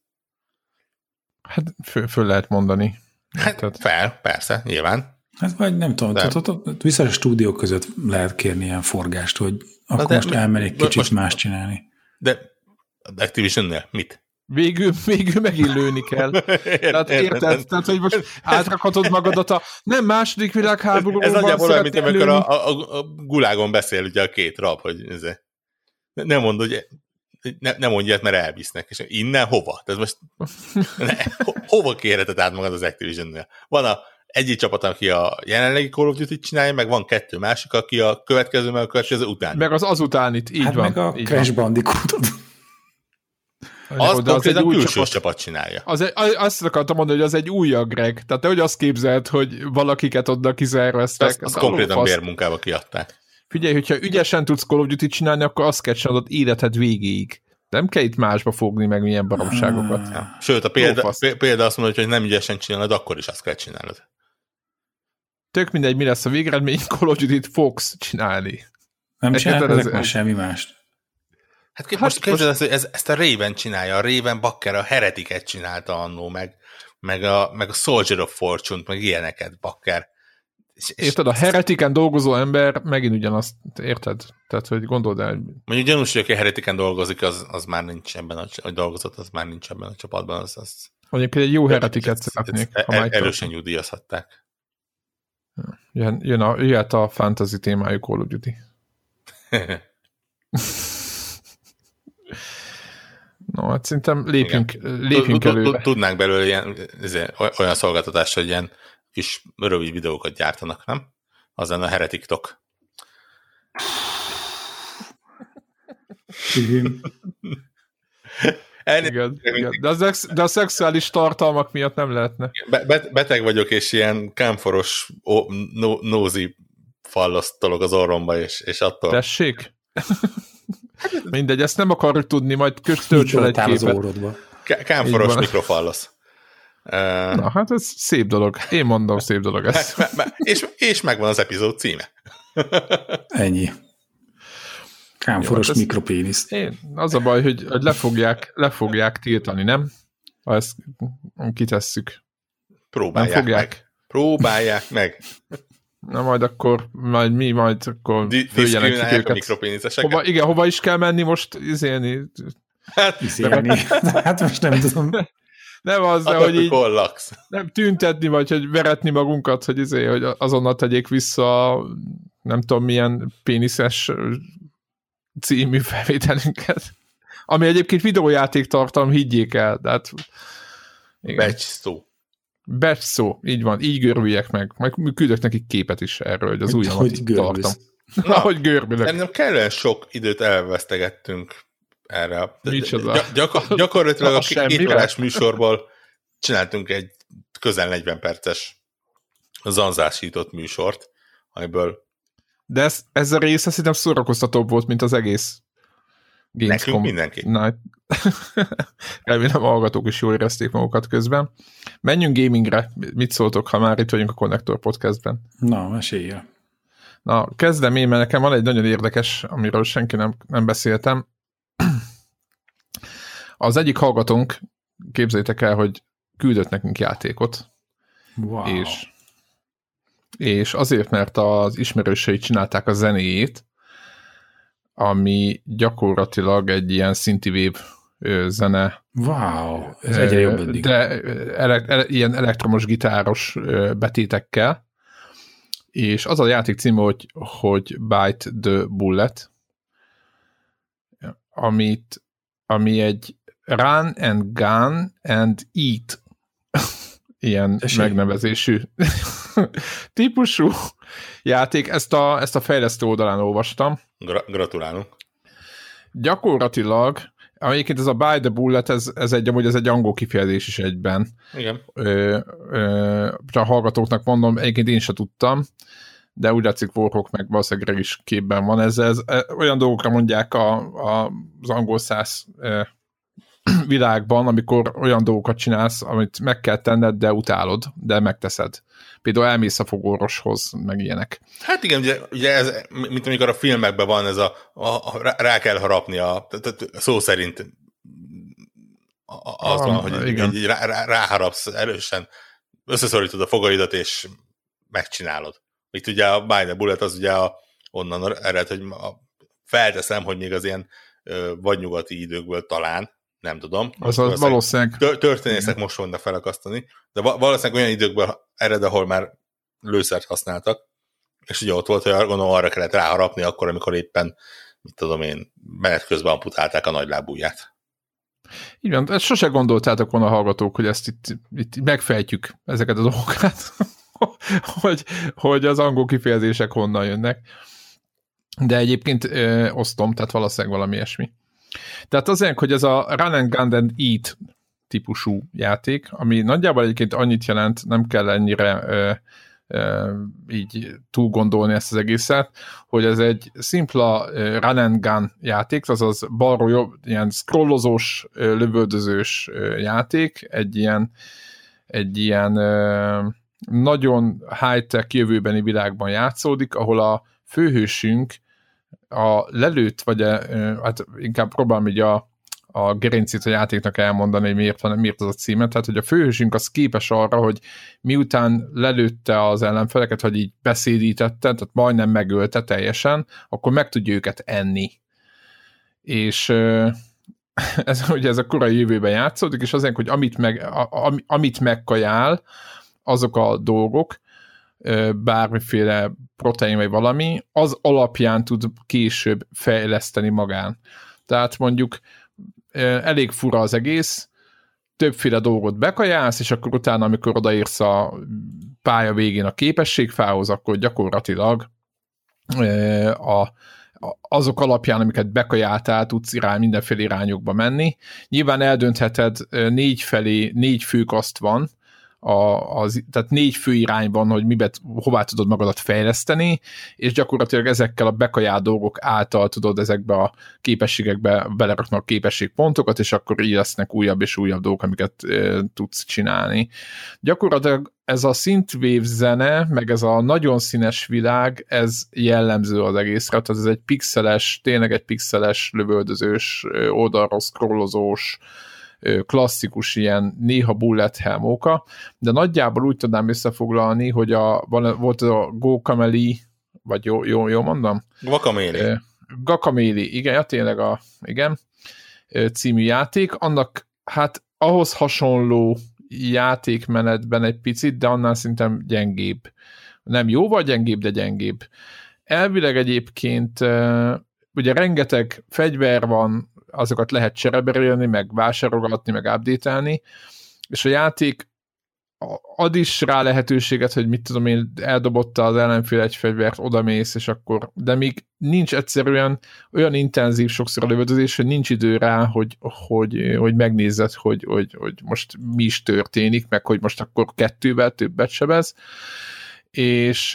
Hát föl, föl lehet mondani. Hát tehát... fel, persze, nyilván. Hát vagy nem tudom, de... tehát ott vissza a stúdiók között lehet kérni ilyen forgást, hogy akkor de most elmerik kicsit most, más csinálni. De Activision-nél mit? Végül, végül megint lőni kell. Tehát érted? Tehát, hogy most átrakhatod magadat a nem második világháborúban. Ez nagyjából olyan, mint amikor a, a, a gulágon beszél ugye a két rab, hogy ez, nem mond, hogy ne, nem mondj ilyet, mert elvisznek. És innen hova? Tehát most ne, ho, hova kérheted át magad az Activision-nél? Van a egyik csapat, aki a jelenlegi Call of Duty-t csinálja, meg van kettő másik, aki a következő, meg a következő után. Meg az azutánit, így hát van. meg a Crash Bandicoot-ot. Az konkrétan külsős csapat, csapat csinálja. Az egy, azt akartam mondani, hogy az egy új agreg. Tehát te hogy azt képzeld, hogy valakiket oda kiszerveztek. Azt, azt konkrétan bérmunkába kiadták. Figyelj, hogyha ügyesen tudsz Call of Duty-t csinálni, akkor azt kell csinálod életed végéig. Nem kell itt másba fogni meg milyen baromságokat. Ja. Sőt, a példa, példa azt mondod, hogy nem ügyesen csinálod, akkor is azt kell csinálod. Tök mindegy, mi lesz a végeredmény, Call of Duty-t fogsz csinálni. Nem csinálkoznak már semmi mást. Hát, hát most képzeld azt, hogy ez, ezt a Raven csinálja, a Raven Bakker a Heretic-et csinálta annó, meg, meg, a, meg a Soldier of Fortune-t, meg ilyeneket Bakker. És, érted, a Heretic-en dolgozó ember megint ugyanazt, érted? Tehát, hogy gondold el. Mondjuk gyanús, hogy aki a Heretic-en dolgozik, az, az már nincs ebben a, vagy dolgozott, az már nincs ebben a csapatban. Az, az... Mondjuk egy jó Heretic-et szeretnék. El, erősen nyugdíjazhatták. Jön, jön a, jöhet a fantasy témájú Call of Duty. No, hát szerintem lépjünk, lépjünk előre. Tudnánk belőle ilyen, olyan szolgáltatást, hogy ilyen kis rövid videókat gyártanak, nem? Az lenne a Heretic-tok. Igen, igen. De, a de a szexuális tartalmak miatt nem lehetne. Be, beteg vagyok, és ilyen kámforos no, nózi fallasztolok az orromba, és, és attól... Tessék? Mindegy, ezt nem akarjuk tudni, majd tölts fel egy képet. Kámforos mikrofallasz. Na, hát ez szép dolog. Én mondom, szép dolog ez. Me, me, és, és megvan az epizód címe. Ennyi. Kámforos jó, mikropénisz. Én, az a baj, hogy, hogy le, fogják, le fogják tiltani, nem? Ha ezt kitesszük. Próbálják meg. Próbálják meg. Na majd akkor, majd mi majd akkor följenek ki őket. A mikropéniszeseket. Hova, igen, hova is kell menni most izélni? Hát, izélni. Hát most nem tudom. Nem az, de hogy így nem tüntetni, vagy hogy veretni magunkat, hogy, izé, hogy azonnal tegyék vissza nem tudom milyen péniszes című felvételünket. Ami egyébként videójáték tartalom, higgyék el. Tehát, Becs szó. Becs szó, így van, így görbüljek meg. Majd küldök nekik képet is erről, hogy az ujjamat így tartom. Na, hogy görbülök. Szerintem kellően sok időt elvesztegettünk erre. Micsoda? Gy- gyakor- gyakorlatilag a két órás műsorból csináltunk egy közel negyven perces zanzásított műsort, amiből de ez, ez a rész szerintem szórakoztatóbb volt, mint az egész Gamescom. Nekünk mindenki. Na, remélem a hallgatók is jól érezték magukat közben. Menjünk gamingre. Mit szóltok, ha már itt vagyunk a Connector Podcastben? Na, mesélj. Na, kezdem én, mert nekem van egy nagyon érdekes, amiről senki nem, nem beszéltem. Az egyik hallgatónk, képzeljétek el, hogy küldött nekünk játékot. Wow. És és azért, mert az ismerősei csinálták a zenéjét, ami gyakorlatilag egy ilyen synthwave zene. Wow, ez egyre jobb eddig. De ele, ele, ilyen elektromos gitáros betétekkel, és az a játék címe, hogy, hogy Bite the Bullet, amit, ami egy run and gun and eat ilyen Esély. megnevezésű típusú játék. Ezt a, ezt a fejlesztő oldalán olvastam. Gra- gratulálunk. Gyakorlatilag, egyébként ez a Bite the Bullet, ez, ez egy, amúgy ez egy angol kifejezés is egyben. Igen. Ö, ö, a hallgatóknak mondom, egyébként én sem tudtam, de úgy látszik Warhawk meg valószínűleg is képben van. Ez, ez olyan dolgokra mondják a, a, az angol száz világban, amikor olyan dolgokat csinálsz, amit meg kell tenned, de utálod, de megteszed. Például elmész a fogorvoshoz, meg ilyenek. Hát igen, ugye, ugye ez, mint amikor a filmekben van, ez a, a, a rá kell harapni, a, szó szerint az van, ah, hogy igen. Így rá, rá, ráharapsz erősen, összeszorítod a fogaidat, és megcsinálod. Itt ugye a Bite the Bullet az ugye a, onnan ered, hogy a, felteszem, hogy még az ilyen vagy nyugati időkből talán, nem tudom. Az az valószínűleg. Történészek most fognak felakasztani, de valószínűleg olyan időkből ered, ahol már lőszert használtak, és ugye ott volt, hogy gondolom arra kellett ráharapni akkor, amikor éppen, mit tudom én, menet közben amputálták a nagylábúját. Így van, ezt sose gondoltátok volna a hallgatók, hogy ezt itt, itt megfejtjük ezeket a dolgokat, hogy, hogy az angol kifejezések honnan jönnek. De egyébként ö, osztom, tehát valószínűleg valami ilyesmi. Tehát azért, hogy ez a Run and Gun and Eat típusú játék, ami nagyjából egyébként annyit jelent, nem kell ennyire ö, ö, így túl gondolni ezt az egészet, hogy ez egy szimpla ö, Run and Gun játék, azaz balról jobb, ilyen scrollozós, ö, lövöldözős ö, játék, egy ilyen, egy ilyen ö, nagyon high-tech jövőbeni világban játszódik, ahol a főhősünk a lelőtt, vagy a, hát inkább próbálom így a, a gerincét a játéknak elmondani, hogy miért, van, miért az a címe, tehát hogy a főhősünk az képes arra, hogy miután lelőtte az ellenfeleket, vagy így beszédítette, tehát majdnem megölte teljesen, akkor meg tudja őket enni. És ez ugye ez a korai jövőben játszódik, és azért, hogy amit, meg, a, amit megkajál, azok a dolgok, bármiféle protein vagy valami, az alapján tud később fejleszteni magán. Tehát mondjuk elég fura az egész, többféle dolgot bekajálsz, és akkor utána, amikor odaérsz a pálya végén a képességfához, akkor gyakorlatilag a, azok alapján, amiket bekajáltál, tudsz irány, mindenféle irányokba menni. Nyilván eldöntheted, négy felé, négy főkaszt van, A, az, tehát négy fő irány van, hogy mibe, hová tudod magadat fejleszteni, és gyakorlatilag ezekkel a bekajált dolgok által tudod ezekbe a képességekbe beleraknak képességpontokat, és akkor így lesznek újabb és újabb dolgok, amiket e, tudsz csinálni. Gyakorlatilag ez a synthwave zene, meg ez a nagyon színes világ, ez jellemző az egészre, tehát ez egy pixeles, tényleg egy pixeles, lövöldözős, oldalról scrollozós, klasszikus ilyen néha bullet hell móka, de nagyjából úgy tudnám összefoglalni, hogy a, volt a Guacamelee, vagy jó, jó, jó mondom? Guacamelee. Guacamelee, igen, ja, tényleg a, igen, című játék, annak hát ahhoz hasonló játékmenetben egy picit, de annál szerintem gyengébb. Nem jóval gyengébb, de gyengébb. Elvileg egyébként ugye rengeteg fegyver van, azokat lehet csereberélni, meg vásárolgatni, meg update-elni, és a játék ad is rá lehetőséget, hogy mit tudom én, eldobotta az ellenfél egy fegyvert, odamész, és akkor, de még nincs egyszerűen olyan intenzív sokszor a lövöldözés, hogy nincs idő rá, hogy, hogy, hogy megnézzed, hogy, hogy, hogy most mi is történik, meg hogy most akkor kettővel többet sebez, és,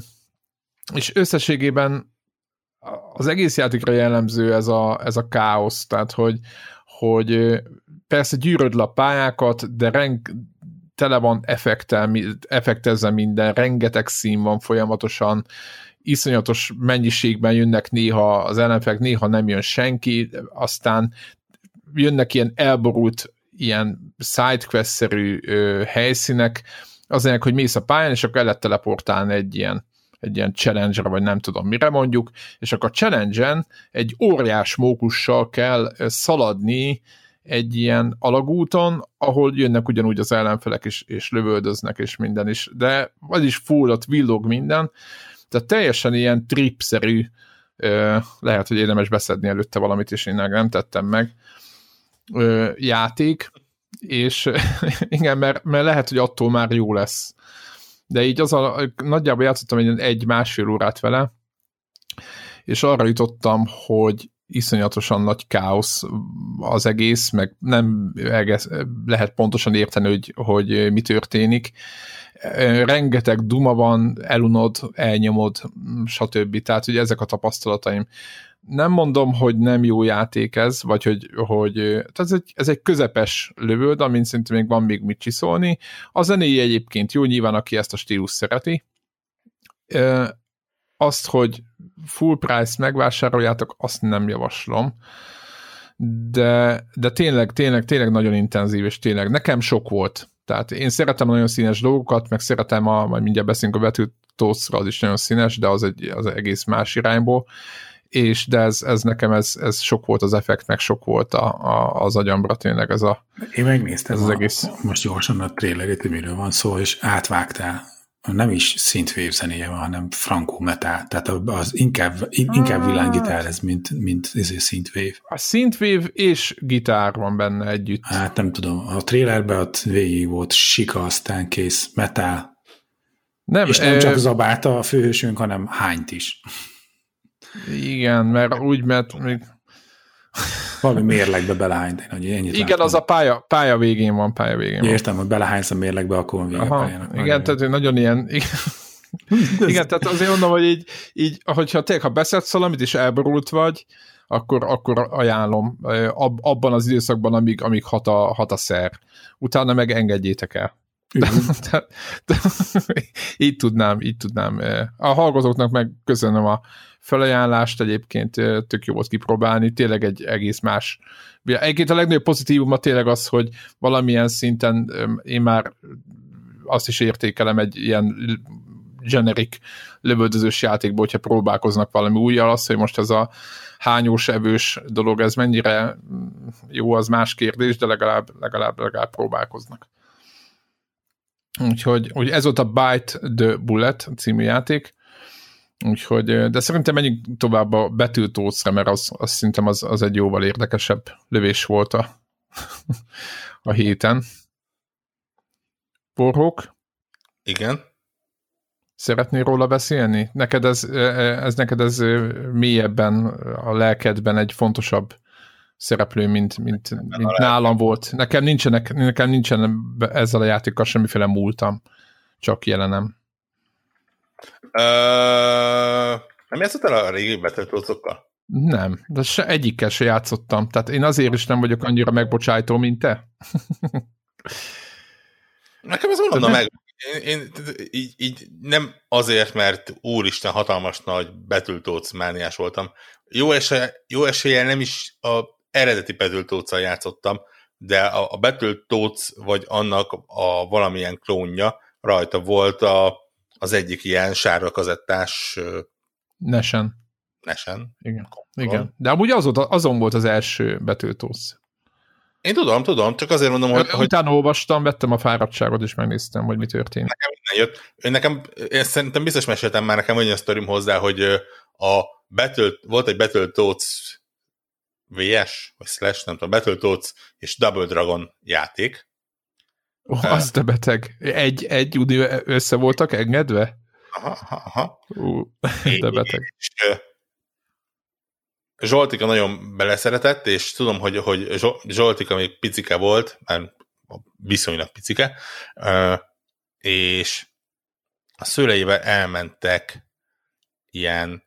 és összességében az egész játékra jellemző ez a, ez a káosz, tehát hogy, hogy persze gyűröd le a pályákat, de reng, tele van effektel, effektezze minden, rengeteg szín van folyamatosan, iszonyatos mennyiségben jönnek néha az ellenfelek, néha nem jön senki, aztán jönnek ilyen elborult, ilyen sidequest-szerű ö, helyszínek, azért, hogy mész a pályán, és akkor el lehet teleportálni egy ilyen egy ilyen challenge-re, vagy nem tudom mire mondjuk, és akkor a challenge-en egy óriás mókussal kell szaladni egy ilyen alagúton, ahol jönnek ugyanúgy az ellenfelek is, és lövöldöznek, és minden is, de az is full, ott villog minden, tehát teljesen ilyen trip-szerű, lehet, hogy érdemes beszedni előtte valamit, és én nem tettem meg, játék, és igen, mert, mert lehet, hogy attól már jó lesz. De így az a, nagyjából játszottam egy, egy másfél órát vele, és arra jutottam, hogy iszonyatosan nagy káosz az egész, meg nem egész, lehet pontosan érteni, hogy, hogy mi történik. Rengeteg duma van, elunod, elnyomod, stb. Tehát ugye ezek a tapasztalataim. Nem mondom, hogy nem jó játék ez, vagy hogy, hogy tehát ez, egy, ez egy közepes lövöld, amin szerintem még van még mit csiszolni. A zenéje egyébként jó, nyilván aki ezt a stílus szereti. Azt, hogy full price megvásároljátok, azt nem javaslom. De, de tényleg, tényleg, tényleg nagyon intenzív, és tényleg nekem sok volt. Tehát én szeretem nagyon színes dolgokat, meg szeretem, a, majd mindjárt beszélünk a vetőtószra, az is nagyon színes, de az egy az egész más irányból. És de ez, ez nekem ez, ez sok volt az effekt, meg sok volt a, a, az agyamra tényleg ez a Én megnéztem ez az a, egész. Most gyorsan a trailerét, miről van szó, és átvágtál. Nem is synthwave zenéje van, hanem franco metal. Tehát az inkább, inkább villámgitár ez, mint, mint ez synthwave. A synthwave és gitár van benne együtt. Hát nem tudom, a trailerben ott végig volt sika, aztán kész, metal. Nem, és nem e... csak zabálta a főhősünk, hanem hányt is. Igen, mert úgy, mert még... Valami mérlegbe belehányt. Igen, láttam. Az a pálya, pálya végén van, pálya végén van. Értem, hogy belehánysz a mérlegbe, akkor van vége a pályának. Igen, nagyon tehát nagyon ilyen... Igen, igen, tehát azért mondom, hogy így, így hogyha tényleg, ha beszedsz valamit, és elborult vagy, akkor, akkor ajánlom ab, abban az időszakban, amíg, amíg hat, a, hat a szer. Utána meg engedjétek el. De, de, de, így tudnám, így tudnám. A hallgatóknak meg köszönöm a felajánlást, egyébként tök jó volt kipróbálni, tényleg egy egész más. Egyébként a legnagyobb pozitívuma tényleg az, hogy valamilyen szinten én már azt is értékelem egy ilyen generic lövöldözős játékból, hogyha próbálkoznak valami újjal, az, hogy most ez a hányós, evős dolog, ez mennyire jó, az más kérdés, de legalább, legalább, legalább próbálkoznak. Úgyhogy, úgy ez volt a Bite the Bullet című játék, úgyhogy, de szerintem menjünk tovább a Battletoadsra, mert az, az szerintem az, az egy jóval érdekesebb lövés volt a, a héten. Warhawk? Igen. Szeretnél róla beszélni? Neked ez, ez neked ez mélyebben a lelkedben egy fontosabb szereplő, mint, mint, mint nálam volt. Nekem nincsenek, nekem nincsen ezzel a játékkal semmiféle múltam, csak jelenem. Uh, nem játszottál a régi Battletoadsokkal? Nem, de se, egyikkel se játszottam. Tehát én azért is nem vagyok annyira megbocsájtó, mint te. Nekem ez mondom meg. Én, én így, így nem azért, mert úristen hatalmas nagy Battletoads mániás voltam. Jó, esélye, jó eséllyel nem is a eredeti Battletoads-szal játszottam, de a, a Battletoads vagy annak a valamilyen klónja rajta volt a, az egyik ilyen sárga kazettás Nesen. Nesen. Igen. Igen. De amúgy az volt, azon volt az első Battletoads. Én tudom, tudom, csak azért mondom, hogy... hogy... Utána olvastam, vettem a fáradtságot, és megnéztem, hogy mi történt. Nekem minden jött. Én nekem, én szerintem biztos meséltem már nekem olyan sztorim hozzá, hogy a Battle, volt egy Battletoads vé es, vagy slash, nem tudom, Battletoads és Double Dragon játék. Oh, az de beteg. Egy, egy udi össze voltak engedve? Aha, aha, aha. Uh, de beteg. És, Zsoltika nagyon beleszeretett, és tudom, hogy, hogy Zsoltika még picike volt, már viszonylag picike, és a szüleivel elmentek ilyen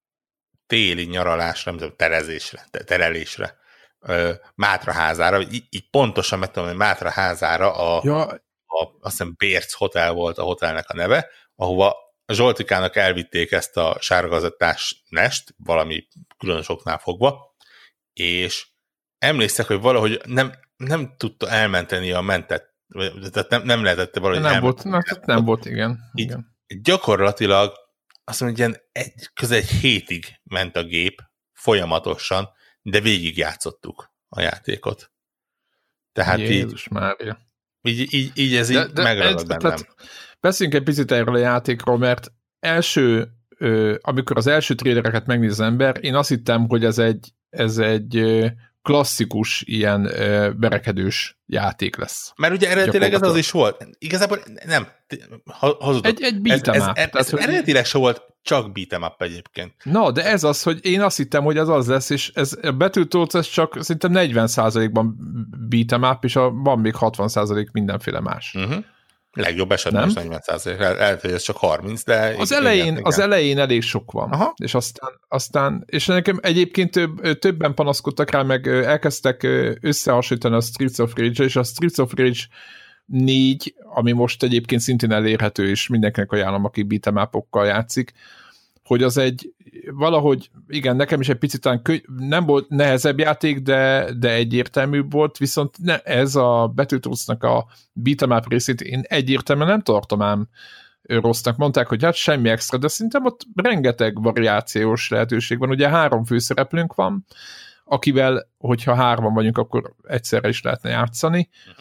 téli nyaralásra, nem tudom, terezésre, terelésre, Mátraházára, így, így pontosan meg tudom, hogy Mátraházára a, ja. a, azt hiszem Bérc Hotel volt a hotelnek a neve, ahova a Zsoltikának elvitték ezt a sárgazettás nest, valami különös oknál fogva, és emlékszek, hogy valahogy nem, nem tudta elmenteni a mentet, tehát nem, nem lehetett valahogy nem volt, na, nem volt, igen. Így igen. Gyakorlatilag azt mondom, hogy ilyen egy, közel egy hétig ment a gép folyamatosan, de végig játszottuk a játékot. Tehát Jézus így, Mária. Így, így, így ez de, így de megragad bennem. Tehát, beszéljünk egy picit erről a játékról, mert első, amikor az első trélereket megnéz az ember, én azt hittem, hogy ez egy, ez egy klasszikus ilyen berekedős játék lesz. Mert ugye eredetileg ez az is volt. Igazából nem, hazudok. Egy, egy beat'em up. Ez, ez, ez, ez eredetileg se volt csak beat'em up egyébként. Na, de ez az, hogy én azt hittem, hogy ez az lesz, és ez a Battletoads ez csak szerintem negyven százalékban beat'em up, és a, van még hatvan százalék mindenféle más. Uh-huh. Legjobb esetben is negyven százalék. Lehet, hogy ez csak harminc, de... Az elején, igen, az elején elég sok van. Aha. És aztán, aztán, és nekem egyébként több, többen panaszkodtak rá, meg elkezdtek összehasonlítani a Streets of Rage, és a Streets of Rage négy, ami most egyébként szintén elérhető, és mindenkinek ajánlom, aki beat'em up-okkal játszik, hogy az egy valahogy, igen, nekem is egy picit kö, nem volt nehezebb játék, de, de egyértelműbb volt, viszont ne, ez a Battletoads-nak a beat'em up részét én egyértelműen nem tartom ám rossznak. Mondták, hogy hát semmi extra, de szerintem ott rengeteg variációs lehetőség van. Ugye három főszereplőnk van, akivel, hogyha hárman vagyunk, akkor egyszerre is lehetne játszani. Uh-huh.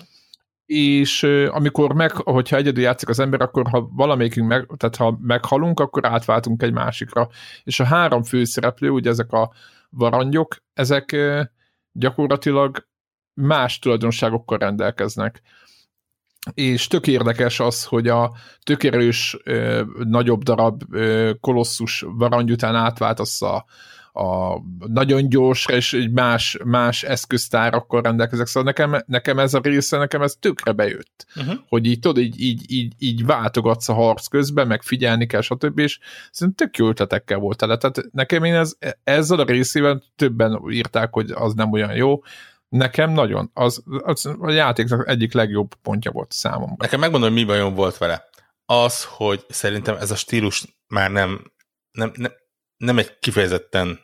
És uh, amikor meg, hogyha egyedül játszik az ember, akkor ha valamelyikünk meg, tehát ha meghalunk, akkor átváltunk egy másikra. És a három főszereplő, ugye ezek a varangyok, ezek uh, gyakorlatilag más tulajdonságokkal rendelkeznek. És tök érdekes az, hogy a tök erős, uh, nagyobb darab uh, kolosszus varangy után átváltasz a a nagyon gyors és egy más, más eszköztárakkal rendelkezek, szóval nekem, nekem ez a része, nekem ez tökre bejött, uh-huh. hogy így tudod, így, így, így, így váltogatsz a harc közben, meg figyelni kell, stb. És szerintem tök jó ötletekkel volt el. Tehát nekem én ez, ezzel a részében többen írták, hogy az nem olyan jó, nekem nagyon, az, az a játéknak egyik legjobb pontja volt számomra. Nekem megmondom, hogy mi bajom volt vele. Az, hogy szerintem ez a stílus már nem, nem, nem, nem egy kifejezetten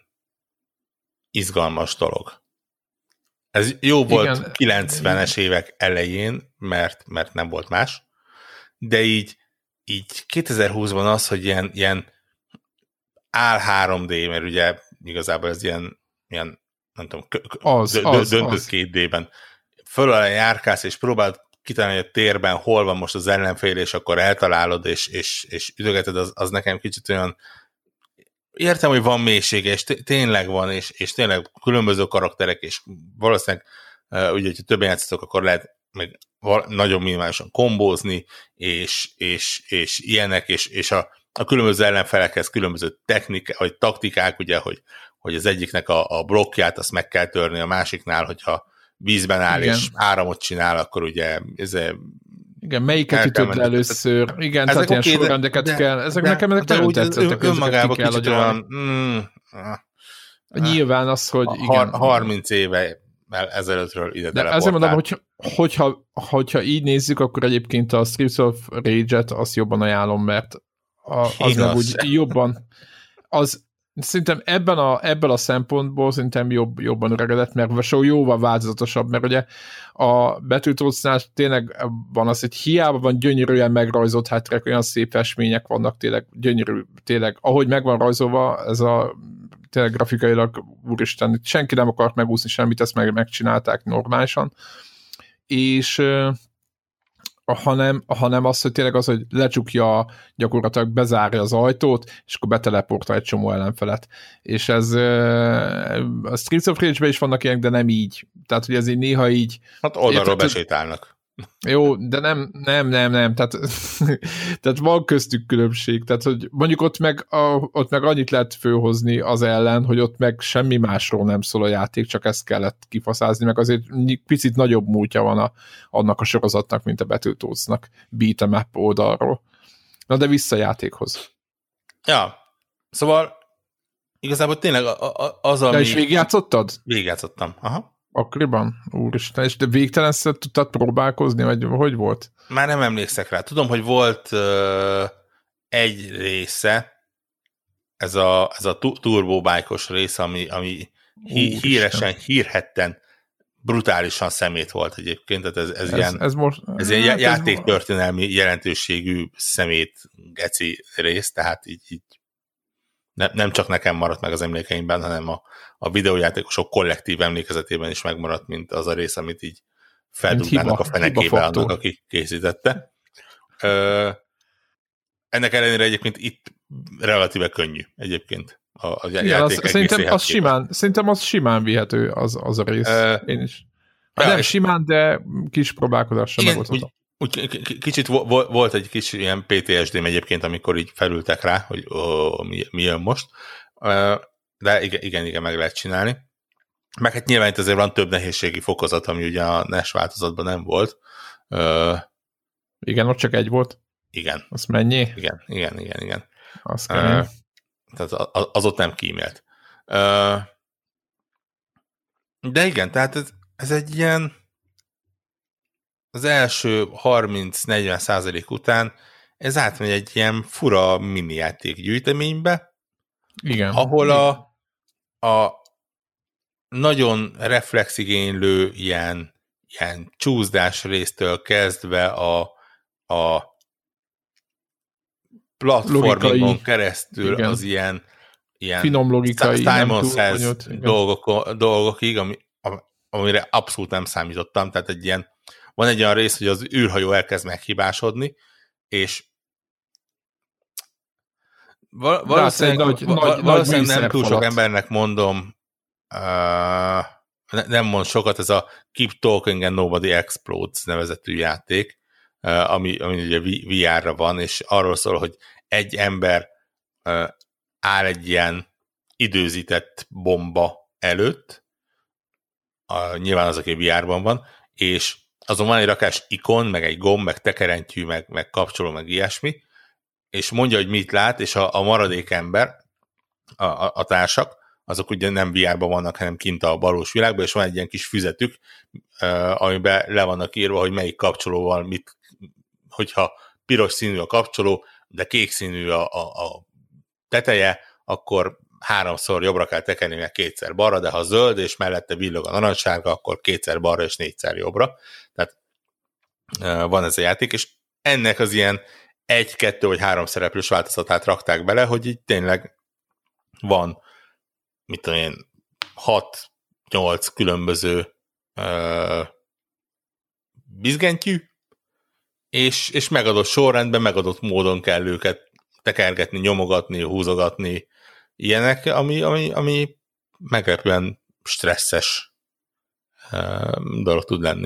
izgalmas dolog. Ez jó volt igen. kilencvenes évek elején, mert, mert nem volt más, de így, így kétezer-húszban az, hogy ilyen, ilyen áll három dé, mert ugye igazából ez ilyen, ilyen nem tudom, az, dö, az, döntött az. két dében. Fölölen járkálsz, és próbáld kitalálni a térben, hol van most az ellenfél, és akkor eltalálod, és, és, és ütögeted, az, az nekem kicsit olyan értem, hogy van mélysége, és tényleg van, és, és tényleg különböző karakterek, és valószínűleg, uh, ugye, hogyha többen játszatok, akkor lehet meg nagyon minimálisan kombózni, és, és, és ilyenek, és, és a, a különböző ellenfelekhez különböző technikák, vagy taktikák, ugye, hogy, hogy az egyiknek a, a blokkját azt meg kell törni, a másiknál, hogyha vízben áll, igen, és áramot csinál, akkor ugye ez igen, melyiket ütöd le először? Igen, tehát ilyen okay, sorrendeket de, kell. Ezek de, nekem ezek nagyon tetszettek. Önmagában kicsit olyan... Mm, nyilván az, hogy igen. harminc éve ezelőttről ide teleportál. Ezért mondom, hogy, hogyha, hogyha így nézzük, akkor egyébként a Streets of Rage-et azt jobban ajánlom, mert a, az meg úgy jobban... Az, szerintem ebben a, ebben a szempontból szerintem jobb, jobban öregedett, mert so jóval változatosabb, mert ugye a Battletoadsnál tényleg van az, hogy hiába van gyönyörűen megrajzolt hátrek, olyan szép festmények vannak, tényleg gyönyörű, tényleg, ahogy meg van rajzolva, ez a tényleg grafikailag, úristen, senki nem akart megúszni semmit, ezt meg, megcsinálták normálisan, és hanem, hanem az, hogy tényleg az, hogy lecsukja, gyakorlatilag bezárja az ajtót, és akkor beteleportál egy csomó ellenfelet. És ez a Streets of Rage-ben is vannak ilyenek, de nem így. Tehát, hogy ez így néha így... Hát oldalról besétálnak. Jó, de nem, nem, nem, nem. Tehát, tehát van köztük különbség. Tehát, hogy mondjuk ott meg, a, ott meg annyit lehet főhozni az ellen, hogy ott meg semmi másról nem szól a játék, csak ezt kellett kifaszázni, meg azért picit nagyobb múltja van a, annak a sorozatnak, mint a Battletoadsnak beat'em up oldalról. Na de vissza a játékhoz. Ja, szóval igazából tényleg az, ami... De is végigjátszottad? Végigjátszottam, aha. Akkoriban? Úristen, és de végtelenszer tudtad próbálkozni, vagy hogy volt? Már nem emlékszek rá. Tudom, hogy volt uh, egy része, ez a, ez a turbobike-os rész, ami, ami hí- híresen, hírhetten, brutálisan szemét volt egyébként, tehát ez, ez, ez ilyen, ez most, ez ilyen hát játéktörténelmi ez jelentőségű szemét geci rész, tehát így, így ne, nem csak nekem maradt meg az emlékeimben, hanem a, a videójátékosok kollektív emlékezetében is megmaradt, mint az a rész, amit így feldugnának a fenekébe annak, aki készítette. Ö, ennek ellenére egyébként itt relatíve könnyű egyébként a, a igen, játék az, szerintem, az simán, szerintem az simán vihető az, az a rész. Ö, Én is. Ja, nem simán, de kis próbálkozással megoldhatom. Úgy kicsit volt egy kis ilyen pé té es dém egyébként, amikor így felültek rá, hogy ó, mi, mi jön most, de igen, igen, igen, meg lehet csinálni. Meg hát nyilván itt azért van több nehézségi fokozat, ami ugye a en e es változatban nem volt. Igen, ott csak egy volt. Igen. Az mennyi? Igen, igen, igen, igen. Az uh, tehát az ott nem kímélt. De igen, tehát ez, ez egy ilyen az első harminc-negyven százalék után ez átmegy egy ilyen fura mini játék gyűjteménybe, igen. Ahol a, a nagyon reflexigénylő ilyen, ilyen csúszdás résztől kezdve a, a platformon keresztül igen. Az ilyen, ilyen finom logikai Simon Says dolgok, dolgokig, ami, amire abszolút nem számítottam, tehát egy ilyen van egy olyan rész, hogy az űrhajó elkezd meghibásodni, és val- valószínűleg, nagy, val- valószínűleg nagy nem túl sok embernek mondom, uh, nem mond sokat, ez a Keep Talking and Nobody Explodes nevezetű játék, uh, ami, ami ugye vé er-ra van, és arról szól, hogy egy ember uh, áll egy ilyen időzített bomba előtt, uh, nyilván az, aki vé er-ban van, és azon van egy rakás ikon, meg egy gomb, meg tekerentyű, meg, meg kapcsoló, meg ilyesmi, és mondja, hogy mit lát, és a, a maradék ember, a, a, a társak, azok ugye nem vé er-ban vannak, hanem kint a valós világban, és van egy ilyen kis füzetük, uh, amiben le vannak írva, hogy melyik kapcsolóval mit, hogyha piros színű a kapcsoló, de kék színű a, a, a teteje, akkor háromszor jobbra kell tekerni, meg kétszer balra, de ha zöld, és mellette villog a narancssárga, akkor kétszer balra, és négyszer jobbra. Tehát uh, van ez a játék, és ennek az ilyen egy, kettő vagy három szereplős változatát rakták bele, hogy így tényleg van, mit tudom én, hat, nyolc különböző uh, bizgentyű, és, és megadott sorrendben, megadott módon kell őket tekergetni, nyomogatni, húzogatni, ilyenek, ami, ami, ami meglepően stresszes uh, dolog tud lenni.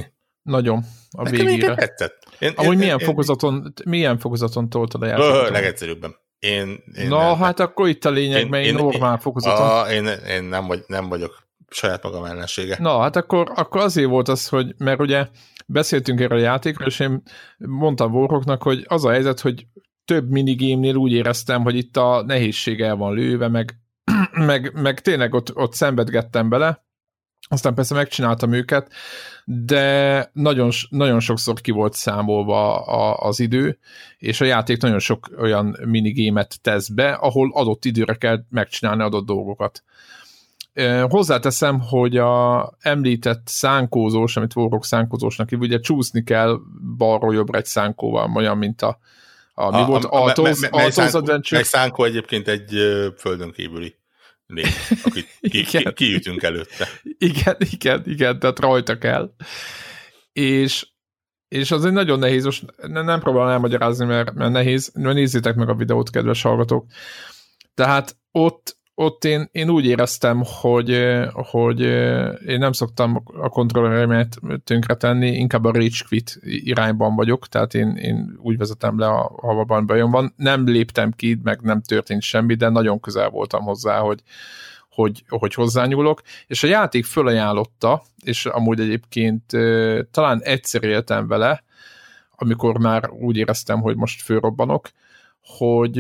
Nagyon. A Nekem végére. tetszett. Én, Amúgy én, milyen, én, fokozaton, milyen fokozaton toltad a játékot? Legegyszerűbben. Én, én Na, nem, hát akkor itt a lényeg, én, mert én normál én, fokozaton. A, én, én nem, vagy, nem vagyok saját magam ellensége. Na, hát akkor, akkor azért volt az, hogy, mert ugye beszéltünk erről a játékról, és én mondtam Warhawknak, hogy az a helyzet, hogy több minigémnél úgy éreztem, hogy itt a nehézség el van lőve, meg, meg, meg tényleg ott, ott szenvedgettem bele, aztán persze megcsináltam őket, de nagyon, nagyon sokszor ki volt számolva a, az idő, és a játék nagyon sok olyan minigémet tesz be, ahol adott időre kell megcsinálni adott dolgokat. Hozzáteszem, hogy a említett szánkózós, amit Warhawk szánkózósnak hív, ugye csúszni kell balról jobbra egy szánkóval, olyan, mint a, a, a mi volt? A, Altos, me, me, Altos szánkó, Adventure. Meg szánkó egyébként egy uh, földön kívüli lény, akit ki, ki, kiütünk előtte. Igen, igen, igen, tehát rajta kell. És, és az egy nagyon nehéz, most nem próbálom elmagyarázni, mert, mert nehéz, mert nézzétek meg a videót, kedves hallgatók. Tehát ott Ott én, én úgy éreztem, hogy, hogy én nem szoktam a kontrolleremet tönkretenni, inkább a rage quit irányban vagyok, tehát én, én úgy vezetem le, ha van bajom van. Nem léptem ki, meg nem történt semmi, de nagyon közel voltam hozzá, hogy, hogy, hogy hozzányúlok, és a játék fölajánlotta, és amúgy egyébként talán egyszer éltem vele, amikor már úgy éreztem, hogy most fölrobbanok, hogy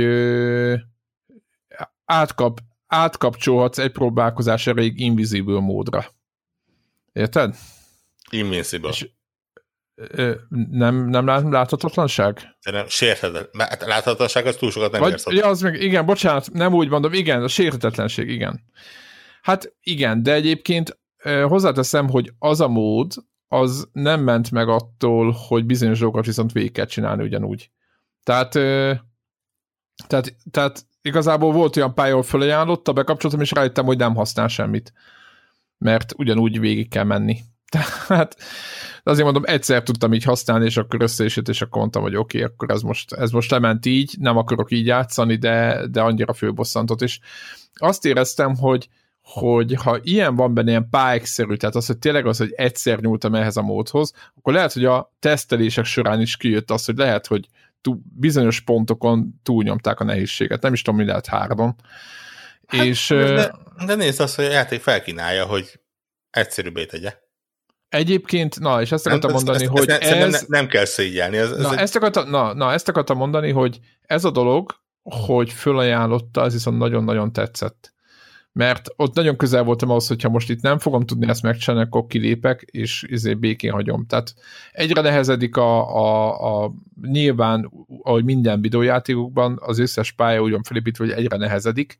átkap átkapcsolhatsz egy próbálkozás erejéig Invisible módra. Érted? Invincible. És, ö, nem, nem lát, láthatatlanság? De nem, sérthetetlen. Hát láthatatlanság az túl sokat nem Vagy, érsz. Ja, az meg, igen, bocsánat, nem úgy mondom, igen, a sérthetetlenség, igen. Hát igen, de egyébként ö, hozzáteszem, hogy az a mód, az nem ment meg attól, hogy bizonyos dolgokat viszont végig kell csinálni ugyanúgy. Tehát, ö, tehát, tehát igazából volt olyan pálya, ahol fölajánlotta, bekapcsoltam, és rájöttem, hogy nem használ semmit. Mert ugyanúgy végig kell menni. Tehát azért mondom, egyszer tudtam így használni, és akkor összeesett, és akkor mondtam, hogy oké, okay, akkor ez most, ez most lement így, nem akarok így játszani, de, de annyira fölbosszantott. És azt éreztem, hogy, hogy ha ilyen van benne, ilyen pályszerű, tehát az, hogy tényleg az, hogy egyszer nyúltam ehhez a módhoz, akkor lehet, hogy a tesztelések során is kijött az, hogy lehet, hogy túl, bizonyos pontokon túlnyomták a nehézséget. Nem is tudom, mi lehet három. Hát, és, de, de nézd azt, hogy a játék felkínálja, hogy egyszerűbbé tegye. Egyébként, na, és ezt akartam nem, mondani, ezt, hogy ezt, ez... Nem, nem kell szégyelni. Ez, ez na, egy... ezt akartam, na, na, ezt akartam mondani, hogy ez a dolog, hogy fölajánlotta, ez viszont nagyon-nagyon tetszett. Mert ott nagyon közel voltam ahhoz, hogyha most itt nem fogom tudni ezt megcsinálni, akkor kilépek, és ezért békén hagyom. Tehát egyre nehezedik a, a, a nyilván, ahogy minden videójátékokban, az összes pálya úgy van felépítve, hogy egyre nehezedik,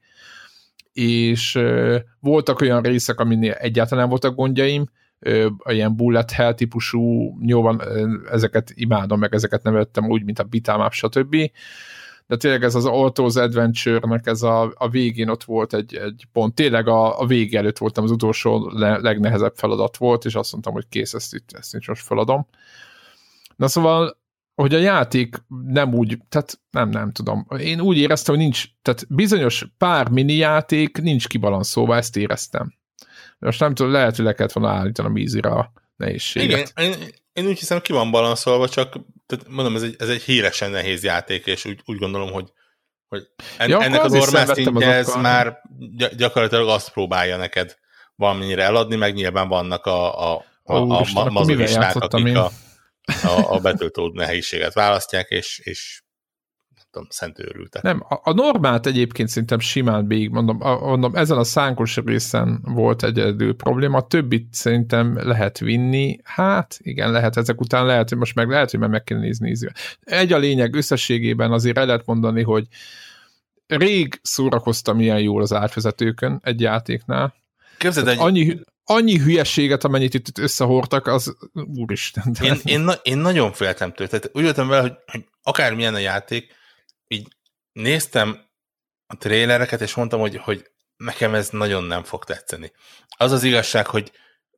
és ö, voltak olyan részek, aminél egyáltalán nem voltak gondjaim, ö, ilyen bullet hell típusú, nyilván ezeket imádom, meg ezeket nevettem úgy, mint a Beat'em up, stb., de tényleg ez az Altos Adventure-nek ez a, a végén ott volt egy, egy pont, tényleg a, a vége előtt voltam, az utolsó le, legnehezebb feladat volt, és azt mondtam, hogy kész, ezt, itt, ezt nincs most feladom. Na szóval, hogy a játék nem úgy, tehát nem, nem tudom. Én úgy éreztem, hogy nincs, tehát bizonyos pár mini játék nincs kibalanszolva, ezt éreztem. Most nem tudom, lehet, hogy le kellett volna állítani a mízire a nehézséget. Igen, én, én úgy hiszem, ki van balanszolva, csak tehát mondom, ez egy, ez egy híresen nehéz játék, és úgy, úgy gondolom, hogy, hogy en, ja, ennek a normál szintje ez már gyakorlatilag azt próbálja neked valamennyire eladni, meg nyilván vannak a, a, a, Ó, a Isten, mazoisták, akik a, a, a betöltő nehézséget választják, és, és nem tudom, szent őrültek. Nem, a, a normált egyébként szerintem simán végig, mondom, a, mondom, ezen a szánkos részen volt egyedül probléma, a többit szerintem lehet vinni, hát igen, lehet ezek után, lehet, hogy most meg lehet, hogy meg kéne nézni. Egy a lényeg, összességében azért el lehet mondani, hogy rég szórakoztam ilyen jól az átvezetőkön egy játéknál. Képzeld, egy... annyi, annyi hülyeséget, amennyit itt összehordtak, az úristen. Én, én, na, én nagyon féltem tőle, tehát úgy jöttem vele, hogy, hogy akármilyen a játék, így néztem a trélereket, és mondtam, hogy, hogy nekem ez nagyon nem fog tetszeni. Az az igazság, hogy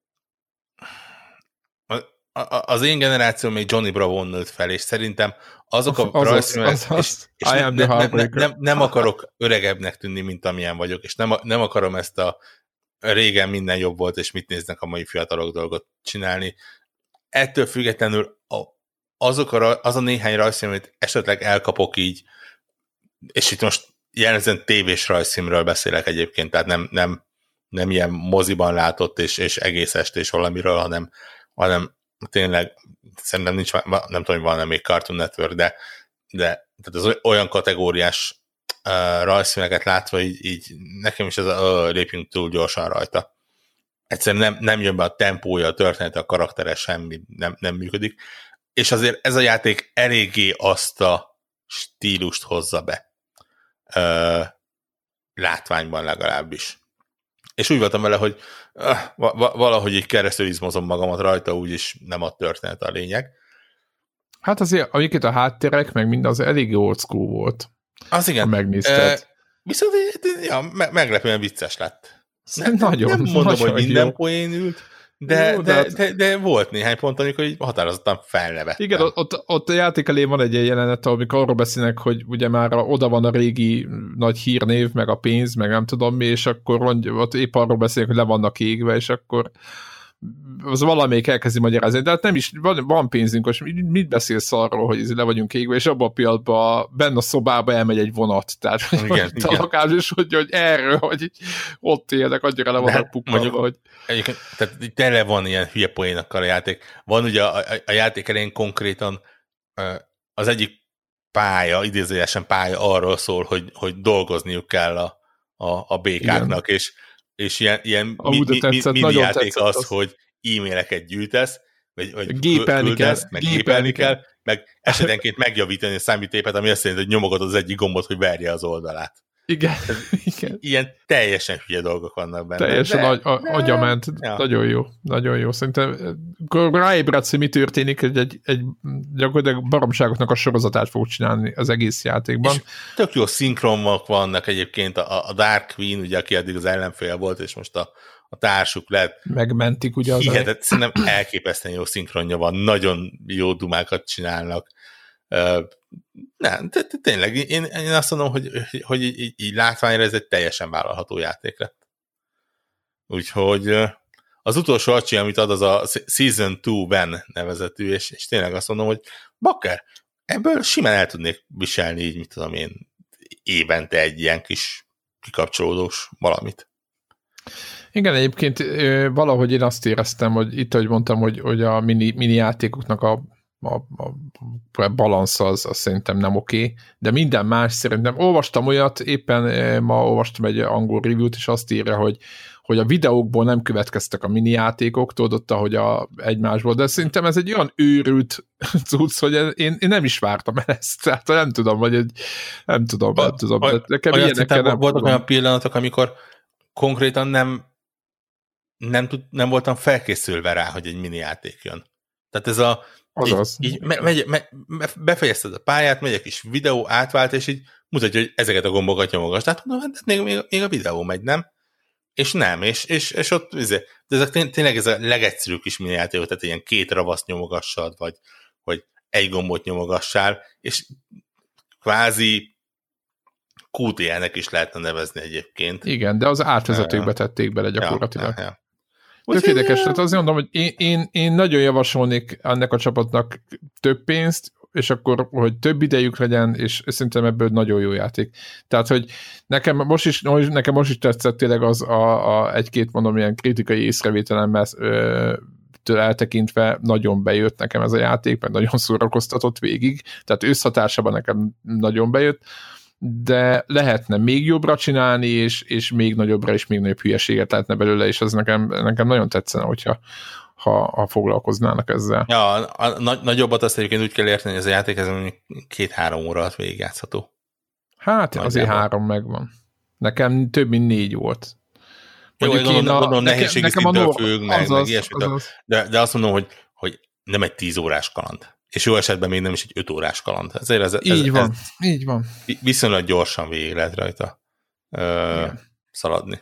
az én generáció még Johnny Bravo-n nőtt fel, és szerintem azok a rajzfilmek, és, és, és nem, nem, nem, nem, nem akarok öregebbnek tűnni, mint amilyen vagyok, és nem, nem akarom ezt a régen minden jobb volt, és mit néznek a mai fiatalok dolgot csinálni. ettől függetlenül a, azok a, az a néhány rajzfilm, amit esetleg elkapok így, és itt most jellemzően tévés rajzfilmről beszélek egyébként, tehát nem, nem, nem ilyen moziban látott és, és egész estés valamiről, hanem, hanem tényleg szerintem nincs, nem tudom, hogy van-e még Cartoon Network, de, de tehát az olyan kategóriás uh, rajzfilmeket látva, így, így nekem is ez a uh, lépjünk túl gyorsan rajta. Egyszerűen nem, nem jön be a tempója, a történet, a karaktere, semmi nem, nem működik. És azért ez a játék eléggé azt a stílust hozza be. Uh, látványban legalábbis. És úgy voltam vele, hogy uh, valahogy így keresztül izmozom magamat rajta, úgyis nem a történet a lényeg. Hát azért, amiket a háttérek, meg mind az elég old school volt. Az igen. Ha megnézted. Uh, viszont ja, me- meglepően vicces lett. Nem, nagyon, nem mondom, nagyon hogy minden jó. poén ült, de, jó, de, de, de, de volt néhány pont, amikor így határozottan felnevettem. Igen, ott, ott a játék elé van egy ilyen jelenet, amikor arról beszélnek, hogy ugye már oda van a régi nagy hírnév, meg a pénz, meg nem tudom mi, és akkor ott épp arról beszélnek, hogy le vannak égve, és akkor az valamelyik elkezdi magyarázni, de hát nem is, van, van pénzünk, és mit beszélsz arról, hogy le vagyunk égve, és abban a pillanatban benne a szobába elmegy egy vonat, tehát igen, a lakás is, hogy, hogy erről, hogy ott élnek, annyira le vannak pukkalva, hogy... Egyébként, tehát tele van ilyen hülye poénokkal a játék. Van ugye a, a, a játék elején konkrétan az egyik pálya, idézőjelesen pálya arról szól, hogy, hogy dolgozniuk kell a, a, a békáknak, igen. és és ilyen, ilyen mi, mi, tetszett, mi, mini játék az, az, hogy e-maileket gyűjtesz, vagy, vagy gépelni küldesz, kell, meg gépelni, gépelni kell, kell, meg esetenként megjavítani a számítógépet, ami azt jelenti, hogy nyomogatod az egyik gombot, hogy verje az oldalát. Igen. Igen. Ilyen teljesen hülye dolgok vannak benne. Teljesen agy, agyament. Ja. Nagyon jó. Nagyon jó. Szerintem ráébredsz, hogy mi történik, egy, egy, egy gyakorlatilag baromságoknak a sorozatát fog csinálni az egész játékban. És tök jó szinkronok vannak egyébként. A, a Dark Queen, ugye, aki addig az ellenfél volt, és most a, a társuk lett. Megmentik ugye az. Hihetet, szerintem elképesztően jó szinkronja van. Nagyon jó dumákat csinálnak. Uh, nem, tényleg, én, én azt mondom, hogy, hogy így, így látványra ez egy teljesen vállalható játék lett. Úgyhogy az utolsó acsi, amit ad, az a Season kettő Ben nevezetű, és, és tényleg azt mondom, hogy bakker, ebből simán el tudnék viselni így, mit tudom én, évente egy ilyen kis kikapcsolódós valamit. Igen, egyébként valahogy én azt éreztem, hogy itt, ahogy mondtam, hogy, hogy a mini, mini játékoknak a a, a, a balansz az, az szerintem nem oké, okay, de minden más szerintem. Olvastam olyat, éppen ma olvastam egy angol review-t, és azt írja, hogy, hogy a videókból nem következtek a mini játékok, tudod, ahogy a egymásból, de szerintem ez egy olyan őrült cucc, hogy én, én nem is vártam el ezt, tehát nem tudom, vagy egy, nem tudom, nem tudom. A, nekem ilyenekkel nem voltak olyan pillanatok, amikor konkrétan nem nem, tud, nem voltam felkészülve rá, hogy egy mini játék jön. Tehát ez a Így, így me, megy, me, befejezted a pályát, megy egy kis videó, átvált, és így mutatja, hogy ezeket a gombokat nyomogass. Tehát mondom, hát még, még, még a videó megy, nem? És nem, és, és, és ott, de ezek tényleg ez a legegyszerűbb kis mini játék, tehát ilyen két ravaszt nyomogassad, vagy hogy egy gombot nyomogassál, és kvázi kú té el-nek is lehetne nevezni egyébként. Igen, de az átvezetőkbe tették bele gyakorlatilag. Ja, ja, ja. Tök érdekes, tehát azért mondom, hogy én, én, én nagyon javasolnék ennek a csapatnak több pénzt, és akkor, hogy több idejük legyen, és szerintem ebből nagyon jó játék. Tehát, hogy nekem most is, nekem most is tetszett tényleg az a, a egy-két, mondom, ilyen kritikai észrevételemmel től eltekintve nagyon bejött nekem ez a játék, mert nagyon szórakoztatott végig, tehát összhatásában nekem nagyon bejött, de lehetne még jobbra csinálni, és, és még nagyobbra, és még nagyobb hülyeséget lehetne belőle, és ez nekem, nekem nagyon tetszene, hogyha ha, ha foglalkoznának ezzel. Ja, a, a, a nagyobbat azt egyébként úgy kell érteni, hogy ez a játék ez két-három óra alatt végigjátszható. Hát nagyjából. Azért három megvan. Nekem több mint négy volt. Jó, én gondolom, a, gondolom nehézségi nekem szintől függ, meg, azaz, meg ilyesmitől, de, de azt mondom, hogy, hogy nem egy tíz órás kaland. És jó esetben még nem is egy öt órás kaland. Ezért ez, ez, így van, ez így van. Viszonylag gyorsan végig lehet rajta ö, szaladni.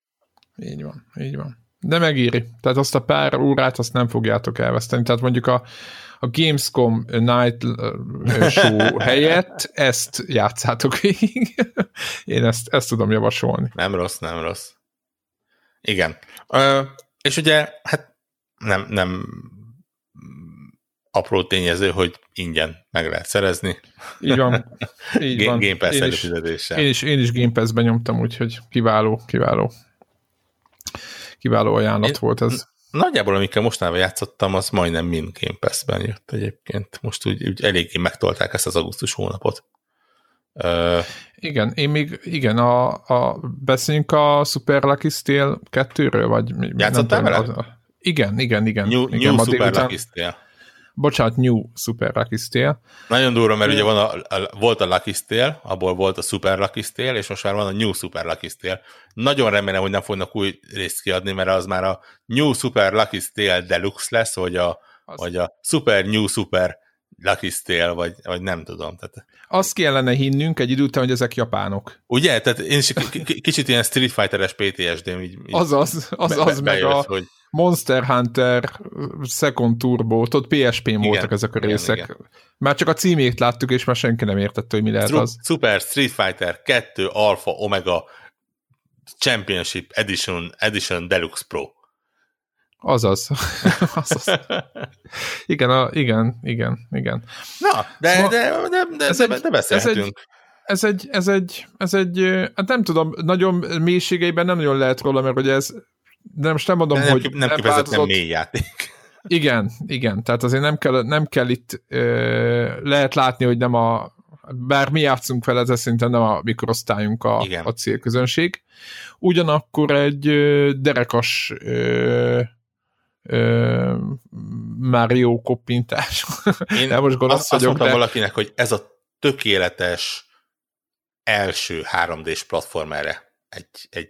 Így van, így van. De megéri. Tehát azt a pár órát azt nem fogjátok elveszteni. Tehát mondjuk a, a Gamescom Night Show helyett ezt játszátok végig. Én ezt, ezt tudom javasolni. Nem rossz, nem rossz. Igen. Ö, és ugye, hát nem, nem apró tényező, hogy ingyen meg lehet szerezni. Így van. Így van. Game Pass én előfizetéssel. Is, én is, én is Game Pass-ben nyomtam, úgyhogy kiváló, kiváló. Kiváló ajánlat én, volt ez. Nagyjából, amikkel mostanában játszottam, az majdnem mind Game Pass-ben jött egyébként. Most úgy, úgy eléggé megtolták ezt az augusztus hónapot. Uh, igen, én még, igen, a, a beszéljünk a Super Lucky Steel kettőről, vagy... Játszottál vele? Az, igen, igen, igen. New, igen, new Super Lucky Steel. Bocsánat, New Super Lucky Steel. Nagyon durva, mert ugye van a, a, volt a Lucky Steel, abból volt a Super Lucky Steel, és most már van a New Super Lucky Steel. Nagyon remélem, hogy nem fognak új részt kiadni, mert az már a New Super Lucky Steel Deluxe lesz, vagy a, vagy a Super New Super Lucky Steel, vagy, vagy nem tudom. Tehát... Azt kellene hinnünk egy idő után, hogy ezek japánok. Ugye? Tehát én is kicsit ilyen Street Fighter-es pé té es dém így, így azaz, az, az, az meg a hogy... Monster Hunter Second Turbo, ott pé es pén voltak ezek a részek. Igen, igen. Már csak a címét láttuk, és már senki nem értette, hogy mi lehet az. Super Street Fighter kettő Alpha Omega Championship Edition, Edition Deluxe Pro. Azaz. Azaz. Igen, a, igen, igen, igen. Na, de, szóval de, de, de, ez de, egy, de beszélhetünk. Ez egy, ez egy, ez egy, ez egy, hát nem tudom, nagyon mélységeiben nem nagyon lehet róla, mert hogy ez, de most nem mondom, de nem, hogy nem, nem kifejezetten mély játék. Igen, igen, tehát azért nem kell, nem kell itt, ö, lehet látni, hogy nem a, bár mi játszunk vele, ez szerintem nem a mikorosztályunk a, a célközönség. Ugyanakkor egy ö, derekas ö, ö, Mario koppintás. Én most azt, azt vagyok, mondtam de... valakinek, hogy ez a tökéletes első három dés platformerre egy, egy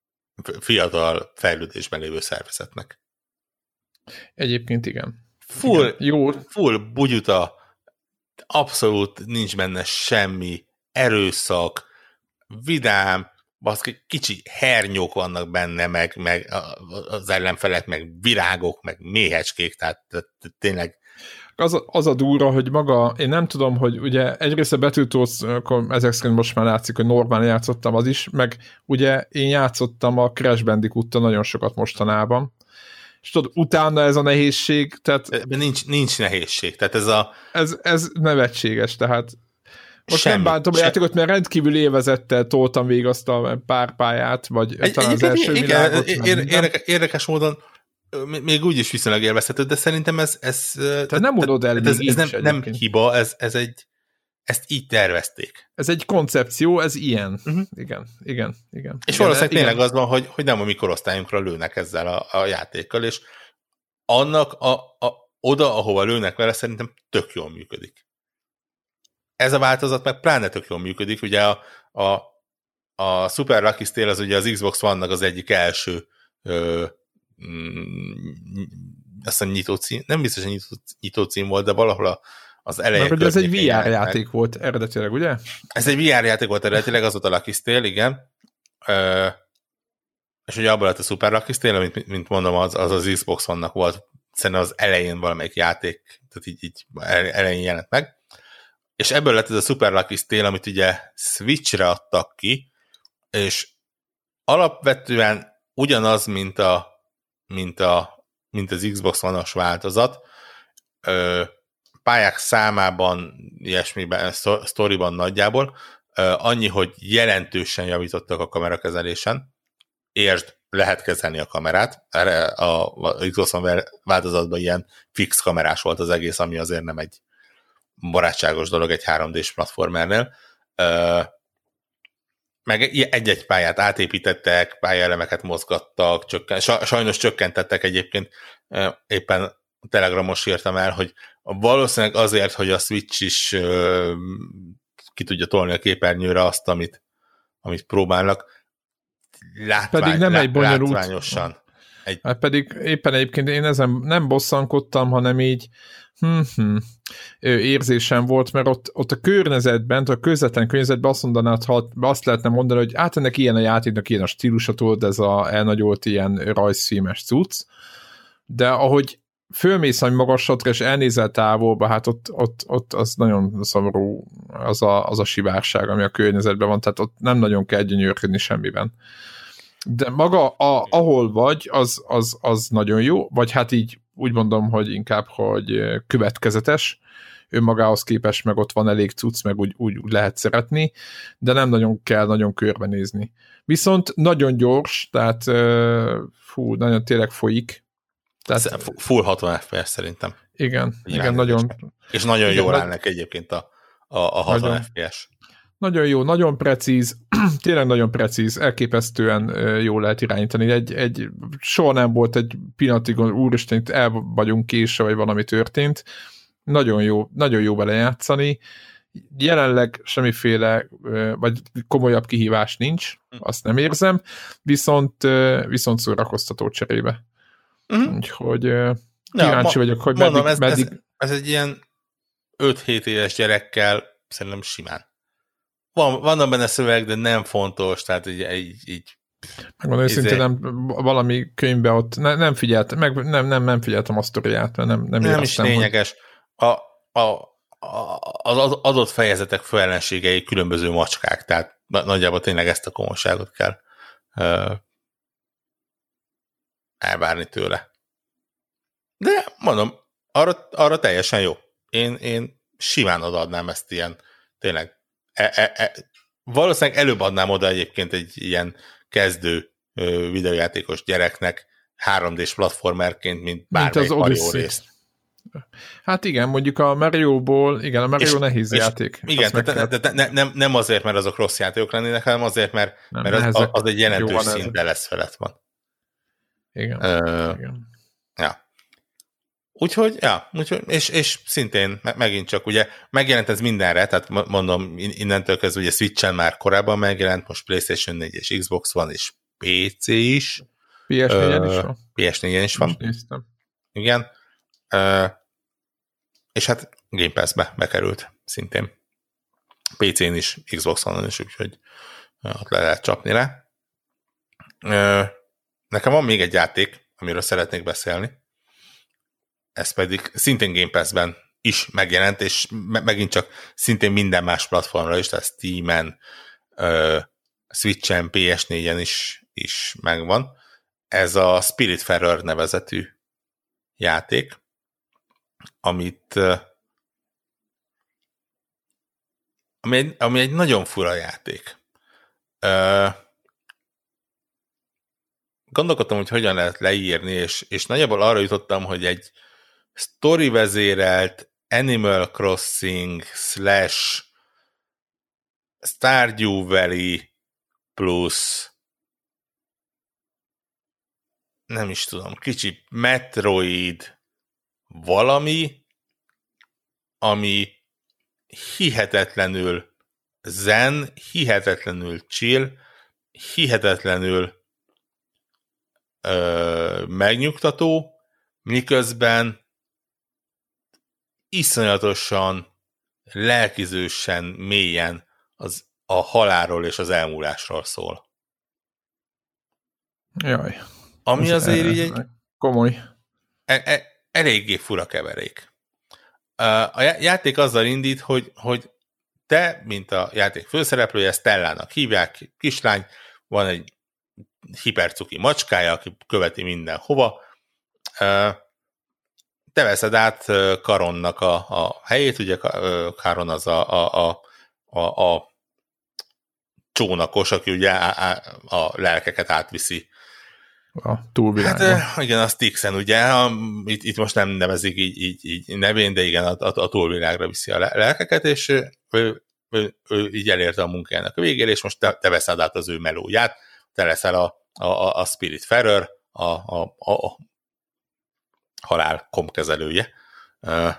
fiatal fejlődésben lévő szervezetnek. Egyébként igen. Full, igen. Jó. full bugyuta, abszolút nincs benne semmi, erőszak, vidám, baszki, kicsi hernyók vannak benne, meg, meg az ellenfelek, meg virágok, meg méhecskék, tehát, tehát tényleg Az, az a durva, hogy maga, én nem tudom, hogy ugye egyrészt a Battletoads, akkor ezek szerint most már látszik, hogy normál játszottam az is, meg ugye én játszottam a Crash Bandicoot-tal nagyon sokat mostanában, és tudod, utána ez a nehézség, tehát... De nincs, nincs nehézség, tehát ez a... Ez, ez nevetséges, tehát most semmi, nem bántom a játékot, mert rendkívül élvezettel toltam végig azt a pár pályát, vagy egy, talán az első igen, világot. Igen, érdekes, érdekes módon még úgy is viszonylag élvezhető, de szerintem ez... ez te nem mondod el, ez, ez nem, nem hiba, ez, ez egy... Ezt így tervezték. Ez egy koncepció, ez ilyen. Uh-huh. Igen, igen, igen. És igen, valószínűleg igen. Tényleg az van, hogy, hogy nem a mikorosztályunkra lőnek ezzel a, a játékkal, és annak a, a, oda, ahova lőnek vele, szerintem tök jól működik. Ez a változat meg pláne tök jól működik. Ugye a, a, a Super Lucky Steel az ugye az Xbox One-nak az egyik első ö, mm, azt hiszem nyitó cím, nem biztos, hogy nyitó, nyitó cím volt, de valahol a az elején. Mert ez egy vé er játék meg. Volt eredetileg, ugye? Ez egy vé er játék volt eredetileg, az volt a Lucky Steel, igen. Ö, és ugye abban lett a Super Lucky Steel, amit, mint mondom, az az, az Xbox One-nak volt, szerintem az elején valamelyik játék, tehát így, így elején jelent meg. És ebből lett ez a Super Lucky Steel, amit ugye Switchre adtak ki, és alapvetően ugyanaz, mint a mint, a, mint az Xbox One-os változat, ö, pályák számában, ilyesmiben, sztoriban nagyjából, annyi, hogy jelentősen javítottak a kamerakezelésen, értsd, lehet kezelni a kamerát, erre a, a Xbox One változatban ilyen fix kamerás volt az egész, ami azért nem egy barátságos dolog egy három dés platformernél, meg egy-egy pályát átépítettek, pályaelemeket mozgattak, csökken, sajnos csökkentettek egyébként, éppen Telegramon írtam el, hogy valószínűleg azért, hogy a Switch is uh, ki tudja tolni a képernyőre azt, amit, amit próbálnak. Látvány, pedig nem lá, egy bonyolult. Látványosan. Egy... Hát pedig éppen egyébként én ezen nem bosszankodtam, hanem így hm-hm, érzésem volt, mert ott, ott a környezetben, a közvetlen környezetben azt mondanád, ha azt lehetne mondani, hogy hát ennek ilyen a játéknak, ilyen a stílusa, tudod, ez a elnagyolt ilyen rajzfilmes cucc, de ahogy fölmész egy magasatra, és elnézel távolba, hát ott, ott, ott az nagyon szomorú az a, az a sivárság, ami a környezetben van, tehát ott nem nagyon kell gyönyörködni semmiben. De maga, a, ahol vagy, az, az, az nagyon jó, vagy hát így úgy mondom, hogy inkább, hogy következetes, önmagához képest meg ott van elég cucc, meg úgy, úgy, úgy lehet szeretni, de nem nagyon kell nagyon körbenézni. Viszont nagyon gyors, tehát fú, nagyon tényleg folyik. Tehát, full hatvan ef pé es szerintem. Igen, igen, nagyon... És nagyon jól állnak egyébként a, a, a hatvan nagyon, ef pé es. Nagyon jó, nagyon precíz, tényleg nagyon precíz, elképesztően jól lehet irányítani. Egy, egy, soha nem volt egy pillanatig, úristen, itt el vagyunk késve, vagy valami történt. Nagyon jó, nagyon jó vele játszani. Jelenleg semmiféle, vagy komolyabb kihívás nincs, azt nem érzem, viszont, viszont szórakoztató cserébe. Uh-huh. Úgyhogy kíváncsi ja, vagyok, hogy mondom, meddig... Ez, meddig... Ez, ez egy ilyen öt-hét éves gyerekkel szerintem simán. Van, vannak benne szöveg, de nem fontos, tehát így... így, így Megmondom őszintén, nem, valami könyvbe ott ne, nem figyeltem, meg nem, nem, nem figyeltem a sztoriát, mert nem Nem, nem is lényeges. Hogy... A, a, a, az adott fejezetek főellenségei különböző macskák, tehát nagyjából tényleg ezt a komolyságot kell uh, elvárni tőle. De mondom, arra, arra teljesen jó. Én, én simán odaadnám ezt ilyen, tényleg, e, e, e, valószínűleg előbb adnám oda egyébként egy ilyen kezdő ö, videójátékos gyereknek három dés platformerként, mint bármelyik Mario részt. Hát igen, mondjuk a Mario-ból, igen, a Mario és, nehéz és játék. Igen, tehát ne, ne, ne, nem azért, mert azok rossz játékok lennének, hanem azért, mert, nem, mert az, az egy jelentős szinten lesz felett van. Igen. Ö, igen. Ja. Úgyhogy, ja, úgyhogy, és, és szintén megint csak ugye megjelent ez mindenre, tehát mondom, innentől kezdve ugye Switchen már korábban megjelent, most PlayStation négy és Xbox van, és pé cé is. pé es négyen is van. pé es négyen is van. Néztem. Igen. Uh, és hát Game Pass-be bekerült szintén. pé cén is, Xbox One-on is, úgyhogy uh, ott le lehet csapni le. Uh, nekem van még egy játék, amiről szeretnék beszélni. Ez pedig szintén Game Pass-ben is megjelent, és me- megint csak szintén minden más platformra is, tehát Steam-en, uh, Switchen, pé es négyen is, is megvan. Ez a Spiritfarer nevezetű játék, amit uh, ami egy, ami egy nagyon fura játék. Uh, gondolkodtam, hogy hogyan lehet leírni, és, és nagyjából arra jutottam, hogy egy story vezérelt Animal Crossing slash Stardew Valley plusz nem is tudom, kicsi Metroid valami, ami hihetetlenül zen, hihetetlenül chill, hihetetlenül ö, megnyugtató, miközben iszonyatosan, lelkizősen, mélyen az a halálról és az elmúlásról szól. Jaj. Ami az azért így egy... Komoly. E, e, eléggé fura keverék. A játék azzal indít, hogy, hogy te, mint a játék főszereplője, Stellának hívják, kislány, van egy hipercuki macskája, aki követi mindenhova. Te veszed át Karonnak a, a helyét, ugye Karon az a, a, a, a, a csónakos, aki ugye a, a, a lelkeket átviszi. A túlvilágban. Hát igen, a Styxen ugye, a, itt, itt most nem nevezik így, így, így nevén, de igen, a, a, a túlvilágra viszi a lelkeket, és ő, ő, ő, ő így elérte a munkájának a végére, és most te, te veszed át az ő melóját, te leszel a, a, a Spiritfarer, a, a, a, a halál komkezelője. Uh,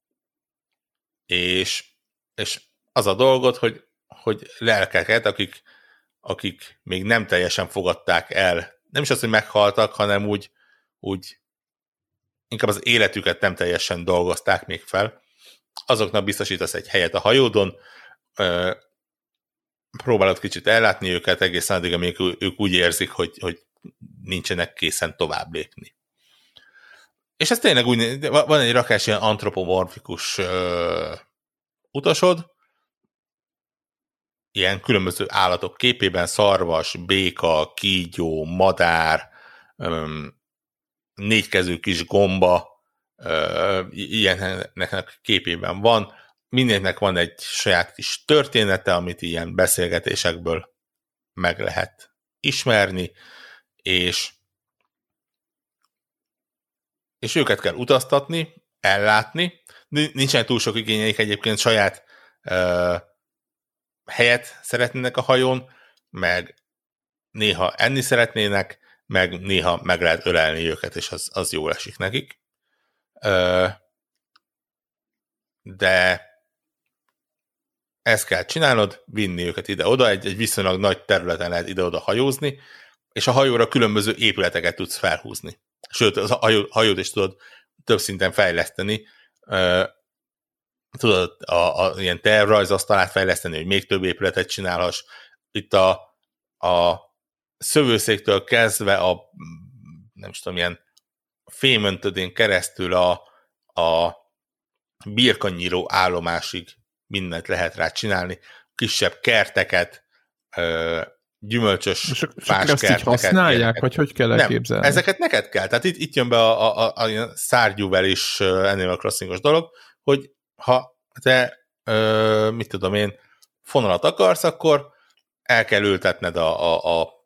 és, és az a dolgod, hogy, hogy lelkeket, akik, akik még nem teljesen fogadták el, nem is az, hogy meghaltak, hanem úgy, úgy inkább az életüket nem teljesen dolgozták még fel, azoknak biztosítasz egy helyet a hajódon, uh, próbálod kicsit ellátni őket egészen addig, amíg ők úgy érzik, hogy, hogy nincsenek készen tovább lépni. És ez tényleg úgy, van egy rakás ilyen antropomorfikus uh, utasod, ilyen különböző állatok képében, szarvas, béka, kígyó, madár, um, négykezű kis gomba, ilyennek képében van. Mindennek van egy saját kis története, amit ilyen beszélgetésekből meg lehet ismerni, és, és őket kell utaztatni, ellátni. Nincsen túl sok igényeik, egyébként saját uh, helyet szeretnének a hajón, meg néha enni szeretnének, meg néha meg lehet ölelni őket, és az, az jól esik nekik. Uh, de ezt kell csinálnod, vinni őket ide-oda, egy, egy viszonylag nagy területen lehet ide-oda hajózni, és a hajóra különböző épületeket tudsz felhúzni. Sőt, a hajó, hajót is tudod több szinten fejleszteni. Uh, tudod a, a, ilyen tervrajzasztalát fejleszteni, hogy még több épületet csinálhass. Itt a, a szövőszéktől kezdve a nem is tudom, ilyen fémöntödén keresztül a, a birkanyíró állomásig mindent lehet rá csinálni. Kisebb kerteket, gyümölcsös fáskerteket. használják, ilyeneket. Vagy hogy kell elképzelni? Nem, ezeket neked kell. Tehát itt, itt jön be a, a, a, a szárgyúvel is Animal Crossingos dolog, hogy ha te, ö, mit tudom én, fonalat akarsz, akkor el kell ültetned a, a, a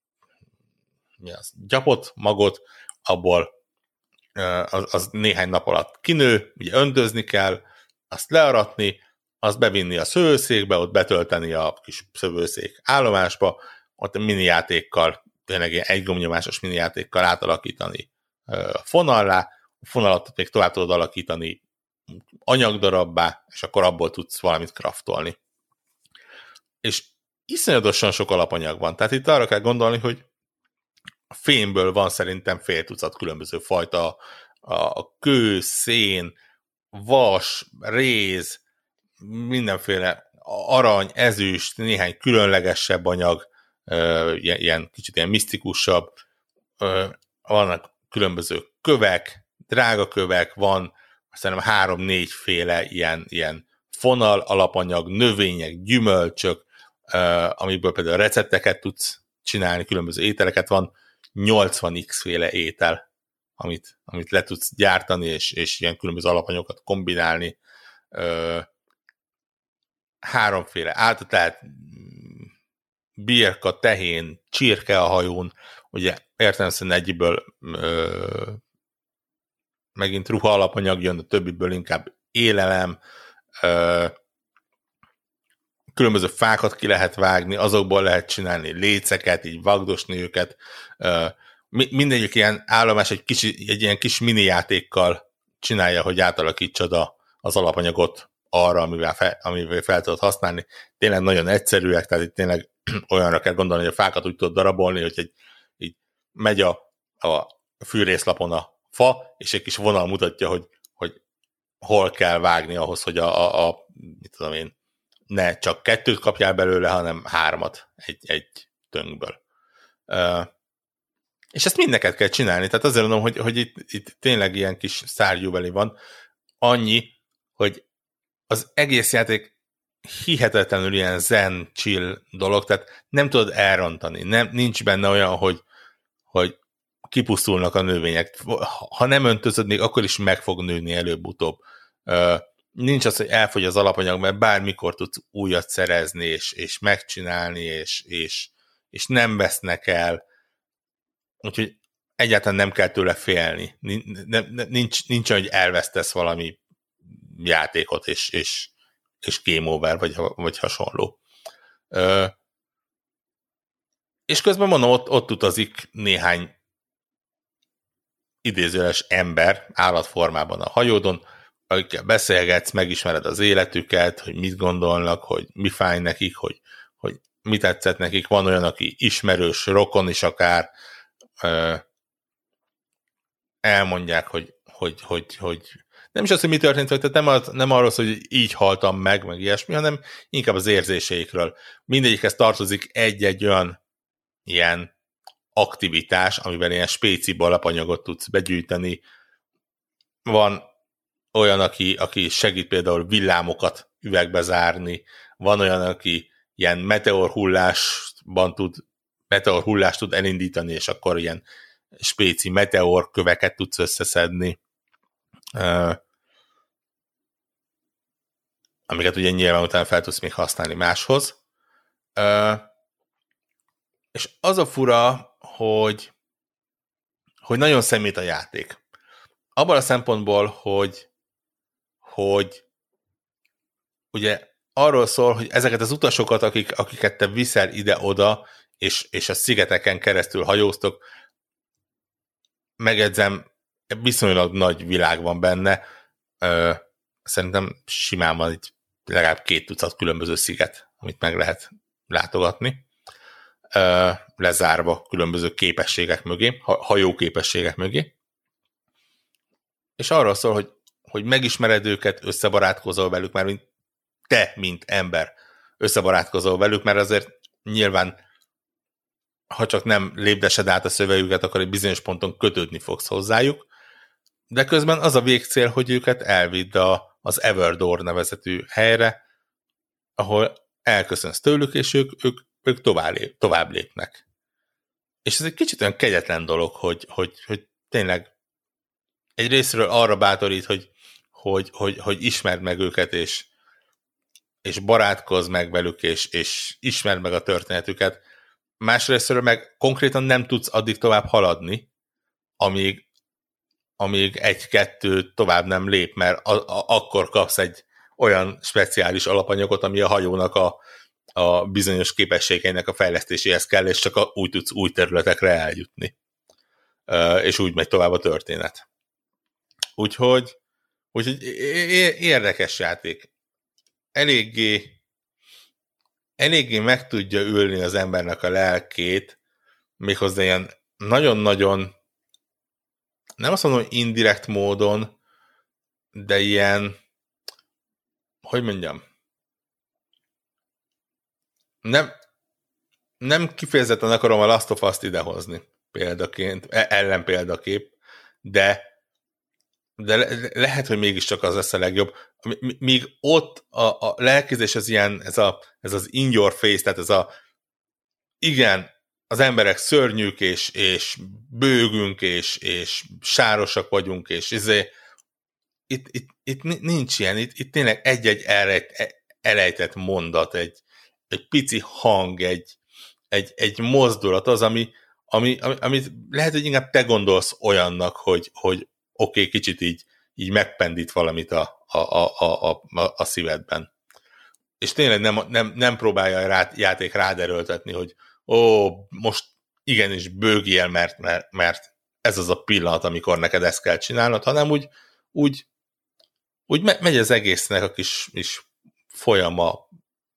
mi az, gyapot, magot, abból az, az néhány nap alatt kinő, ugye öntözni kell, azt learatni, azt bevinni a szövőszékbe, ott betölteni a kis szövőszék állomásba, ott a minijátékkal, tényleg ilyen egygomnyomásos minijátékkal átalakítani fonallá, a fonalat még tovább tudod alakítani anyagdarabbá, és akkor abból tudsz valamit kraftolni. És iszonyatosan sok alapanyag van. Tehát itt arra kell gondolni, hogy a fémből van szerintem fél tucat különböző fajta, a kő, szén, vas, réz, mindenféle arany, ezüst, néhány különlegesebb anyag, ilyen kicsit ilyen misztikusabb, vannak különböző kövek, drága kövek, van szerintem három-négy féle ilyen, ilyen fonal, alapanyag, növények, gyümölcsök, amiből például recepteket tudsz csinálni, különböző ételeket, van nyolcvan x féle étel, amit, amit le tudsz gyártani, és, és ilyen különböző alapanyagokat kombinálni. Háromféle áltat lehet birka, tehén, csirke a hajón, ugye értelemszerűen egyiből ö, megint ruha alapanyag jön, a többiből inkább élelem, ö, különböző fákat ki lehet vágni, azokból lehet csinálni léceket, így vagdosni őket. Ö, mindegyik ilyen állomás egy, kicsi, egy ilyen kis mini játékkal csinálja, hogy átalakítsad a, az alapanyagot arra, amivel fel, amivel fel tudod használni. Tényleg nagyon egyszerűek, tehát itt tényleg olyanra kell gondolni, hogy a fákat úgy tudod darabolni, hogy egy, így megy a, a fűrészlapon a fa, és egy kis vonal mutatja, hogy, hogy hol kell vágni ahhoz, hogy a, a, a mit tudom én, ne csak kettőt kapjál belőle, hanem hármat egy, egy tönkből. Uh, és ezt mindeket kell csinálni, tehát azért mondom, hogy, hogy itt, itt tényleg ilyen kis szárgyúbeli van. Annyi, hogy az egész játék hihetetlenül ilyen zen, chill dolog, tehát nem tudod elrontani, nem, nincs benne olyan, hogy, hogy kipusztulnak a növények. Ha nem öntözöd, még akkor is meg fog nőni előbb-utóbb. Uh, nincs az, hogy elfogy az alapanyag, mert bármikor tudsz újat szerezni, és, és megcsinálni, és, és, és nem vesznek el. Úgyhogy egyáltalán nem kell tőle félni. Nincs, nincs hogy elvesztesz valami játékot, és, és, és game over, vagy, vagy hasonló. Uh, és közben mondom, ott, ott utazik néhány idézőles ember állatformában a hajódon, akikkel beszélgetsz, megismered az életüket, hogy mit gondolnak, hogy mi fáj nekik, hogy, hogy mit tetszett nekik. Van olyan, aki ismerős, rokon is akár, uh, elmondják, hogy, hogy, hogy, hogy nem is az, hogy mi történt, hogy nem, az, nem arról, hogy így haltam meg, meg ilyesmi, hanem inkább az érzéseikről. Mindegyikhez tartozik egy-egy olyan ilyen aktivitás, amivel ilyen spécibb alapanyagot tudsz begyűjteni. Van olyan, aki, aki segít például villámokat üvegbe zárni, van olyan, aki ilyen meteorhullásban tud, meteorhullást tud elindítani, és akkor ilyen spéci meteorköveket tudsz összeszedni. uh, amiket ugye nyilván utána fel tudsz még használni máshoz. Uh, és az a fura, hogy, hogy nagyon szemét a játék. Abban a szempontból, hogy, hogy ugye arról szól, hogy ezeket az utasokat, akik, akiket te viszel ide-oda, és, és a szigeteken keresztül hajóztok, megedzem, viszonylag nagy világ van benne. Uh, szerintem simán van egy legalább két tucat különböző sziget, amit meg lehet látogatni, uh, lezárva különböző képességek mögé, hajó képességek mögé. És arról szól, hogy, hogy megismered őket, összebarátkozol velük, már mint te, mint ember összebarátkozol velük, mert azért nyilván, ha csak nem lépdesed át a szövegüket, akkor egy bizonyos ponton kötődni fogsz hozzájuk, de közben az a végcél, hogy őket elvidd a, az Everdoor nevezetű helyre, ahol elköszönsz tőlük, és ők, ők, ők tovább, lép, tovább lépnek. És ez egy kicsit olyan kegyetlen dolog, hogy, hogy, hogy tényleg egy részről arra bátorít, hogy, hogy, hogy, hogy ismerd meg őket, és, és barátkozz meg velük, és, és ismerd meg a történetüket. Másrésztről meg konkrétan nem tudsz addig tovább haladni, amíg, amíg egy-kettő tovább nem lép, mert a, a, akkor kapsz egy olyan speciális alapanyagot, ami a hajónak a, a bizonyos képességeinek a fejlesztéséhez kell, és csak a, úgy tudsz új területekre eljutni. Uh, és úgy megy tovább a történet. Úgyhogy, úgyhogy érdekes játék. Eléggé, eléggé meg tudja ülni az embernek a lelkét, méghozzá ilyen nagyon-nagyon, nem azt mondom, hogy indirekt módon, de ilyen, hogy mondjam, nem, nem kifejezetten akarom a Last of Us-t idehozni példaként, ellenpéldakép, de de le- lehet, hogy mégiscsak az lesz a legjobb. Míg ott a, a lelkizés az ilyen, ez, a, ez az in your face, tehát ez a igen, az emberek szörnyűk, és, és bőgünk, és, és sárosak vagyunk, és izé, itt, itt, itt nincs ilyen, itt, itt tényleg egy-egy elrejt, elejtett mondat, egy, egy pici hang, egy, egy, egy mozdulat az, ami, ami, amit lehet, hogy inkább te gondolsz olyannak, hogy, hogy oké, okay, kicsit így, így megpendít valamit a, a, a, a, a, a szívedben. És tényleg nem, nem, nem próbálja a rá, játék rád erőltetni, hogy ó, most igenis bőgjél, mert, mert, mert ez az a pillanat, amikor neked ezt kell csinálnod, hanem úgy, úgy, úgy megy az egésznek a kis, kis folyama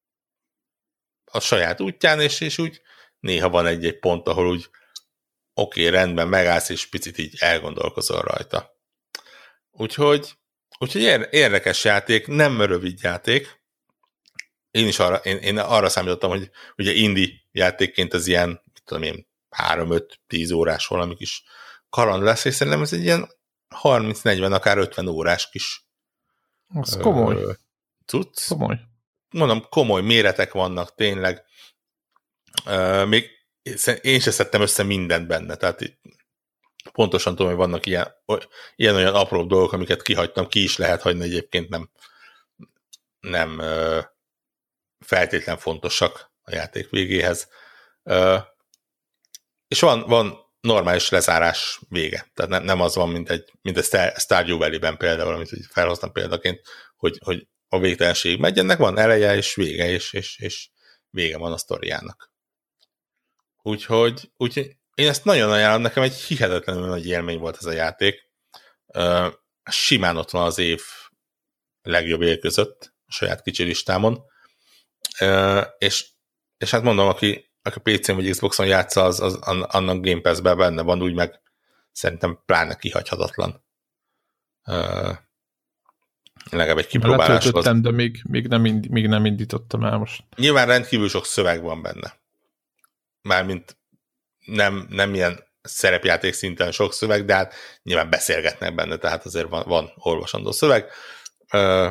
a saját útján, és, és úgy néha van egy-egy pont, ahol úgy oké, okay, rendben, megállsz, és picit így elgondolkozol rajta. Úgyhogy, úgyhogy érdekes játék, nem rövid játék. Én is arra, én, én arra számítottam, hogy ugye indie játékként az ilyen, mit tudom én, három-öt-tíz órás valami kis kaland lesz, és szerintem ez egy ilyen harminc-negyven, akár ötven órás kis az ö, komoly. Cucc. Komoly. Mondom, komoly méretek vannak tényleg. Ö, még én sem szedtem össze mindent benne, tehát itt pontosan tudom, hogy vannak ilyen, ilyen-olyan apró dolgok, amiket kihagytam, ki is lehet hagyni, egyébként nem, nem ö, feltétlen fontosak a játék végéhez. Ö, és van, van normális lezárás vége, tehát ne, nem az van, mint egy, mint egy Stardew Valley-ben például, amit felhoztam példaként, hogy, hogy a végtelenség megy, ennek van eleje és vége, és, és, és vége van a sztoriának. Úgyhogy, úgyhogy én ezt nagyon ajánlom, nekem egy hihetetlenül nagy élmény volt ez a játék. Uh, simán ott van az év legjobb év között a saját kicsi listámon. Uh, és, és hát mondom, aki, aki pé cén vagy Xboxon játsza, az, az annak Game Pass-ben benne van, úgy meg szerintem pláne kihagyhatatlan. Uh, legalább egy kipróbálás. Letöltöttem, de még, még, nem ind, még nem indítottam el most. Nyilván rendkívül sok szöveg van benne. Mármint nem, nem ilyen szerepjáték szinten sok szöveg, de hát nyilván beszélgetnek benne, tehát azért van, van olvasandó szöveg. Uh,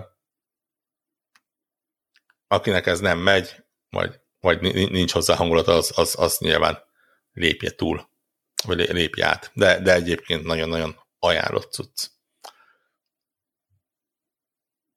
akinek ez nem megy, vagy, vagy nincs hozzá hangulata, az, az, az nyilván lépje túl, vagy lépje át. De, de egyébként nagyon-nagyon ajánlott cucc.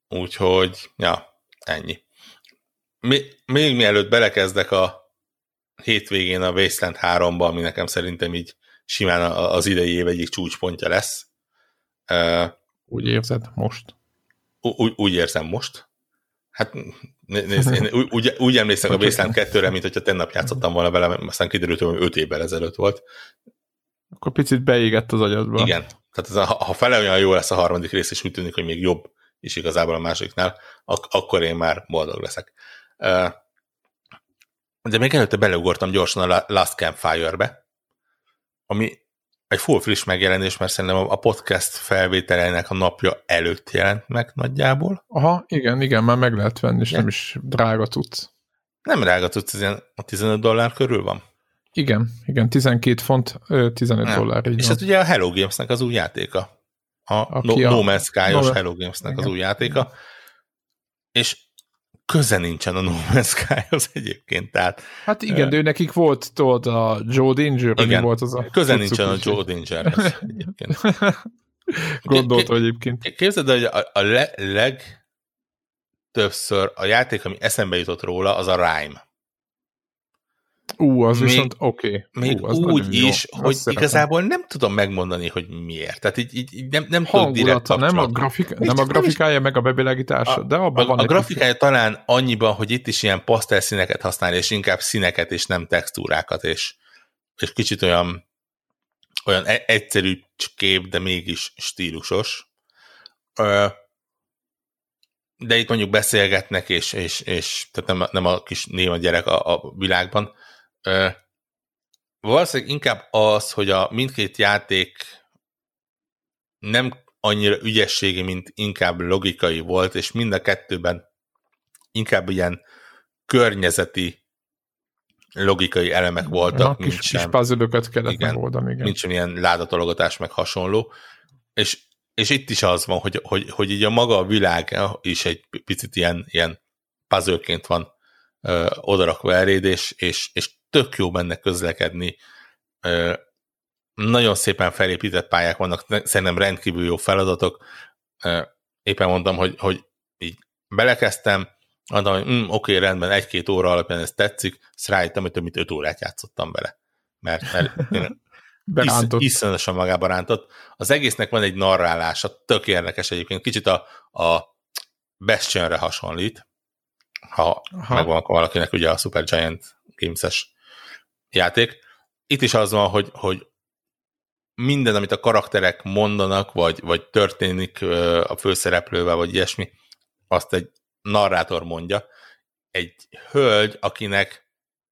Úgyhogy, ja, ennyi. Még, még mielőtt belekezdek a hétvégén a Wasteland háromba, ami nekem szerintem így simán az idei év egyik csúcspontja lesz. Úgy érzed most? Úgy, úgy érzem most. Hát nézd, én úgy, úgy emlékszem a Wasteland kettőre, mint hogyha tennap játszottam volna vele, aztán kiderült, hogy öt évvel ezelőtt volt. Akkor picit beégett az agyadba. Igen. Tehát ez, ha fele olyan jó lesz a harmadik rész, és úgy tűnik, hogy még jobb is igazából a másodiknál, ak- akkor én már boldog leszek. De még előtte beleugortam gyorsan a Last Campfire-be, ami egy full friss megjelenés, mert szerintem a podcast felvételeinek a napja előtt jelent meg nagyjából. Aha, igen, igen, már meg lehet venni, és igen. Nem is drága tudsz. Nem drága tudsz, ez ilyen a tizenöt dollár körül van. Igen, igen, tizenkét font, tizenöt nem. dollár. Így és van. ez ugye a Hello Games-nek az új játéka. A No, no Man's Sky-os no, Hello Games-nek igen. az új játéka. És köze nincsen a No Man's Sky-hoz egyébként. Tehát, hát igen, uh, de ő nekik volt tudod a Joe Danger, igen, volt az a... köze nincsen a Joe Dangerhez egyébként. Gondoltam egyébként. Képzeld, hogy a, a le, legtöbbször a játék, ami eszembe jutott róla, az a Rime. Ú, az még, viszont oké. Okay. Még Ú, úgy is, jó. hogy azt igazából szeretem. Nem tudom megmondani, hogy miért. Tehát így, így, így nem, nem tudok direkt nem a, grafika, nem a grafikája, is, meg a bevilágítása, a, de abban a, van a grafikája talán annyiban, hogy itt is ilyen pasztel színeket használ, és inkább színeket, és nem textúrákat, és, és kicsit olyan, olyan egyszerű kép, de mégis stílusos. De itt mondjuk beszélgetnek, és, és, és tehát nem, nem a kis néma gyerek a, a világban. Uh, valószínűleg inkább az, hogy a mindkét játék nem annyira ügyességi, mint inkább logikai volt, és mind a kettőben inkább ilyen környezeti logikai elemek voltak, ja, mint kis, sem, kis puzzle-öket kellett igen, megoldani. Igen. Mint sem ilyen ládatologatás, meg hasonló. És, és itt is az van, hogy, hogy, hogy így a maga a világ is egy picit ilyen, ilyen puzzle-ként van ö, odarakva eléd, és, és, és tök jó benne közlekedni. Ö, nagyon szépen felépített pályák vannak, szerintem rendkívül jó feladatok. Ö, éppen mondtam, hogy, hogy így belekezdtem, mondtam, hogy mm, oké, okay, rendben, egy-két óra alapján ez tetszik, ezt rájöttem, hogy több mint öt órát játszottam bele. Mert, mert isz, iszonyatosan magába rántott. Az egésznek van egy narrálása, tök érdekes egyébként, kicsit a, a Bastionre hasonlít, ha Aha. megvan akkor valakinek ugye a Supergiant Games-es játék. Itt is az van, hogy, hogy minden, amit a karakterek mondanak, vagy, vagy történik a főszereplővel, vagy ilyesmi, azt egy narrátor mondja. Egy hölgy, akinek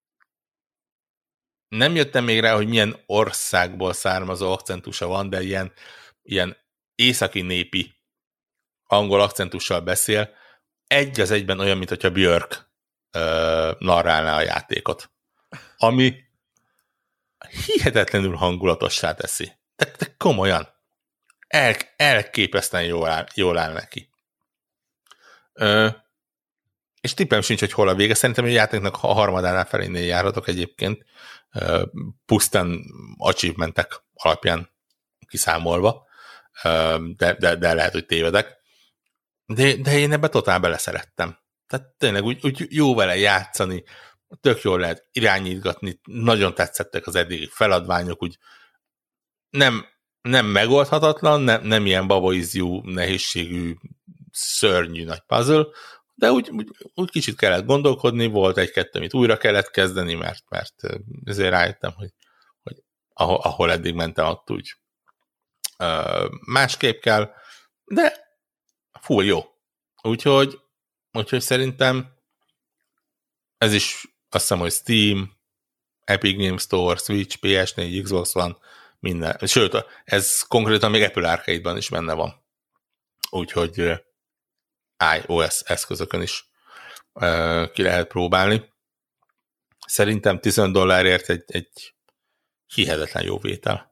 nem jöttem még rá, hogy milyen országból származó akcentusa van, de ilyen, ilyen északi népi angol akcentussal beszél, egy az egyben olyan, mint hogyha Björk uh, narrálná a játékot. Ami hihetetlenül hangulatossá teszi. De, de komolyan. El, elképesztően jól áll, jól áll neki. Uh, és tippem sincs, hogy hol a vége. Szerintem a játéknak a harmadánál felénél járhatok egyébként. Uh, pusztán achievementek alapján kiszámolva. Uh, de, de, de lehet, hogy tévedek. De, de én ebbe totál beleszerettem. Tehát tényleg úgy, úgy jó vele játszani, tök jól lehet irányítgatni, nagyon tetszettek az eddigi feladványok, úgy nem, nem megoldhatatlan, nem, nem ilyen babaizjú, nehézségű, szörnyű nagy puzzle, de úgy, úgy, úgy kicsit kellett gondolkodni, volt egy-kettő, amit újra kellett kezdeni, mert, mert ezért rájöttem, hogy, hogy ahol, ahol eddig mentem, ott úgy uh, másképp kell, de full jó. Úgyhogy, úgyhogy szerintem ez is azt hiszem, hogy Steam, Epic Games Store, Switch, pé es négy, Xbox One, minden. Sőt, ez konkrétan még Apple Arcade-ban is benne van. Úgyhogy iOS eszközökön is uh, ki lehet próbálni. Szerintem tíz dollárért egy, egy hihetetlen jó vétel.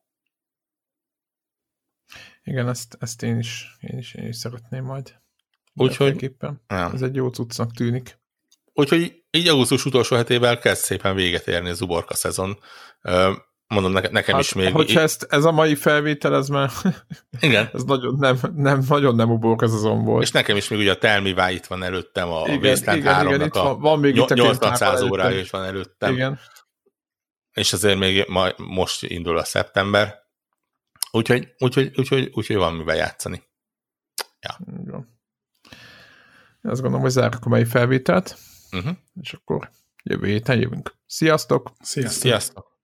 Igen, ezt, ezt én, is, én, is, én is szeretném majd. Úgyhogy ez egy jó cuccnak tűnik. Úgyhogy így augusztus utolsó hetével kezd szépen véget érni az uborka szezon. mondom, nekem, nekem hát, is még... Hogyha ezt, ez a mai felvétel, ez már... Igen. ez nagyon nem, nem, nagyon nem ubók ez azon volt. És nekem is még ugye a Tell Me Why itt van előttem, a, igen, a Wasteland igen, háromnak igen, itt van, van még itt a nyolcvanszáz órája is van előttem. Igen. És azért még ma, most indul a szeptember. Úgyhogy, úgyhogy, úgyhogy, úgyhogy van mivel játszani. Ja. Igen. Azt gondolom, hogy zárjuk a mai felvételt, uh-huh. és akkor jövő héten jövünk. Sziasztok! Sziasztok! Sziasztok.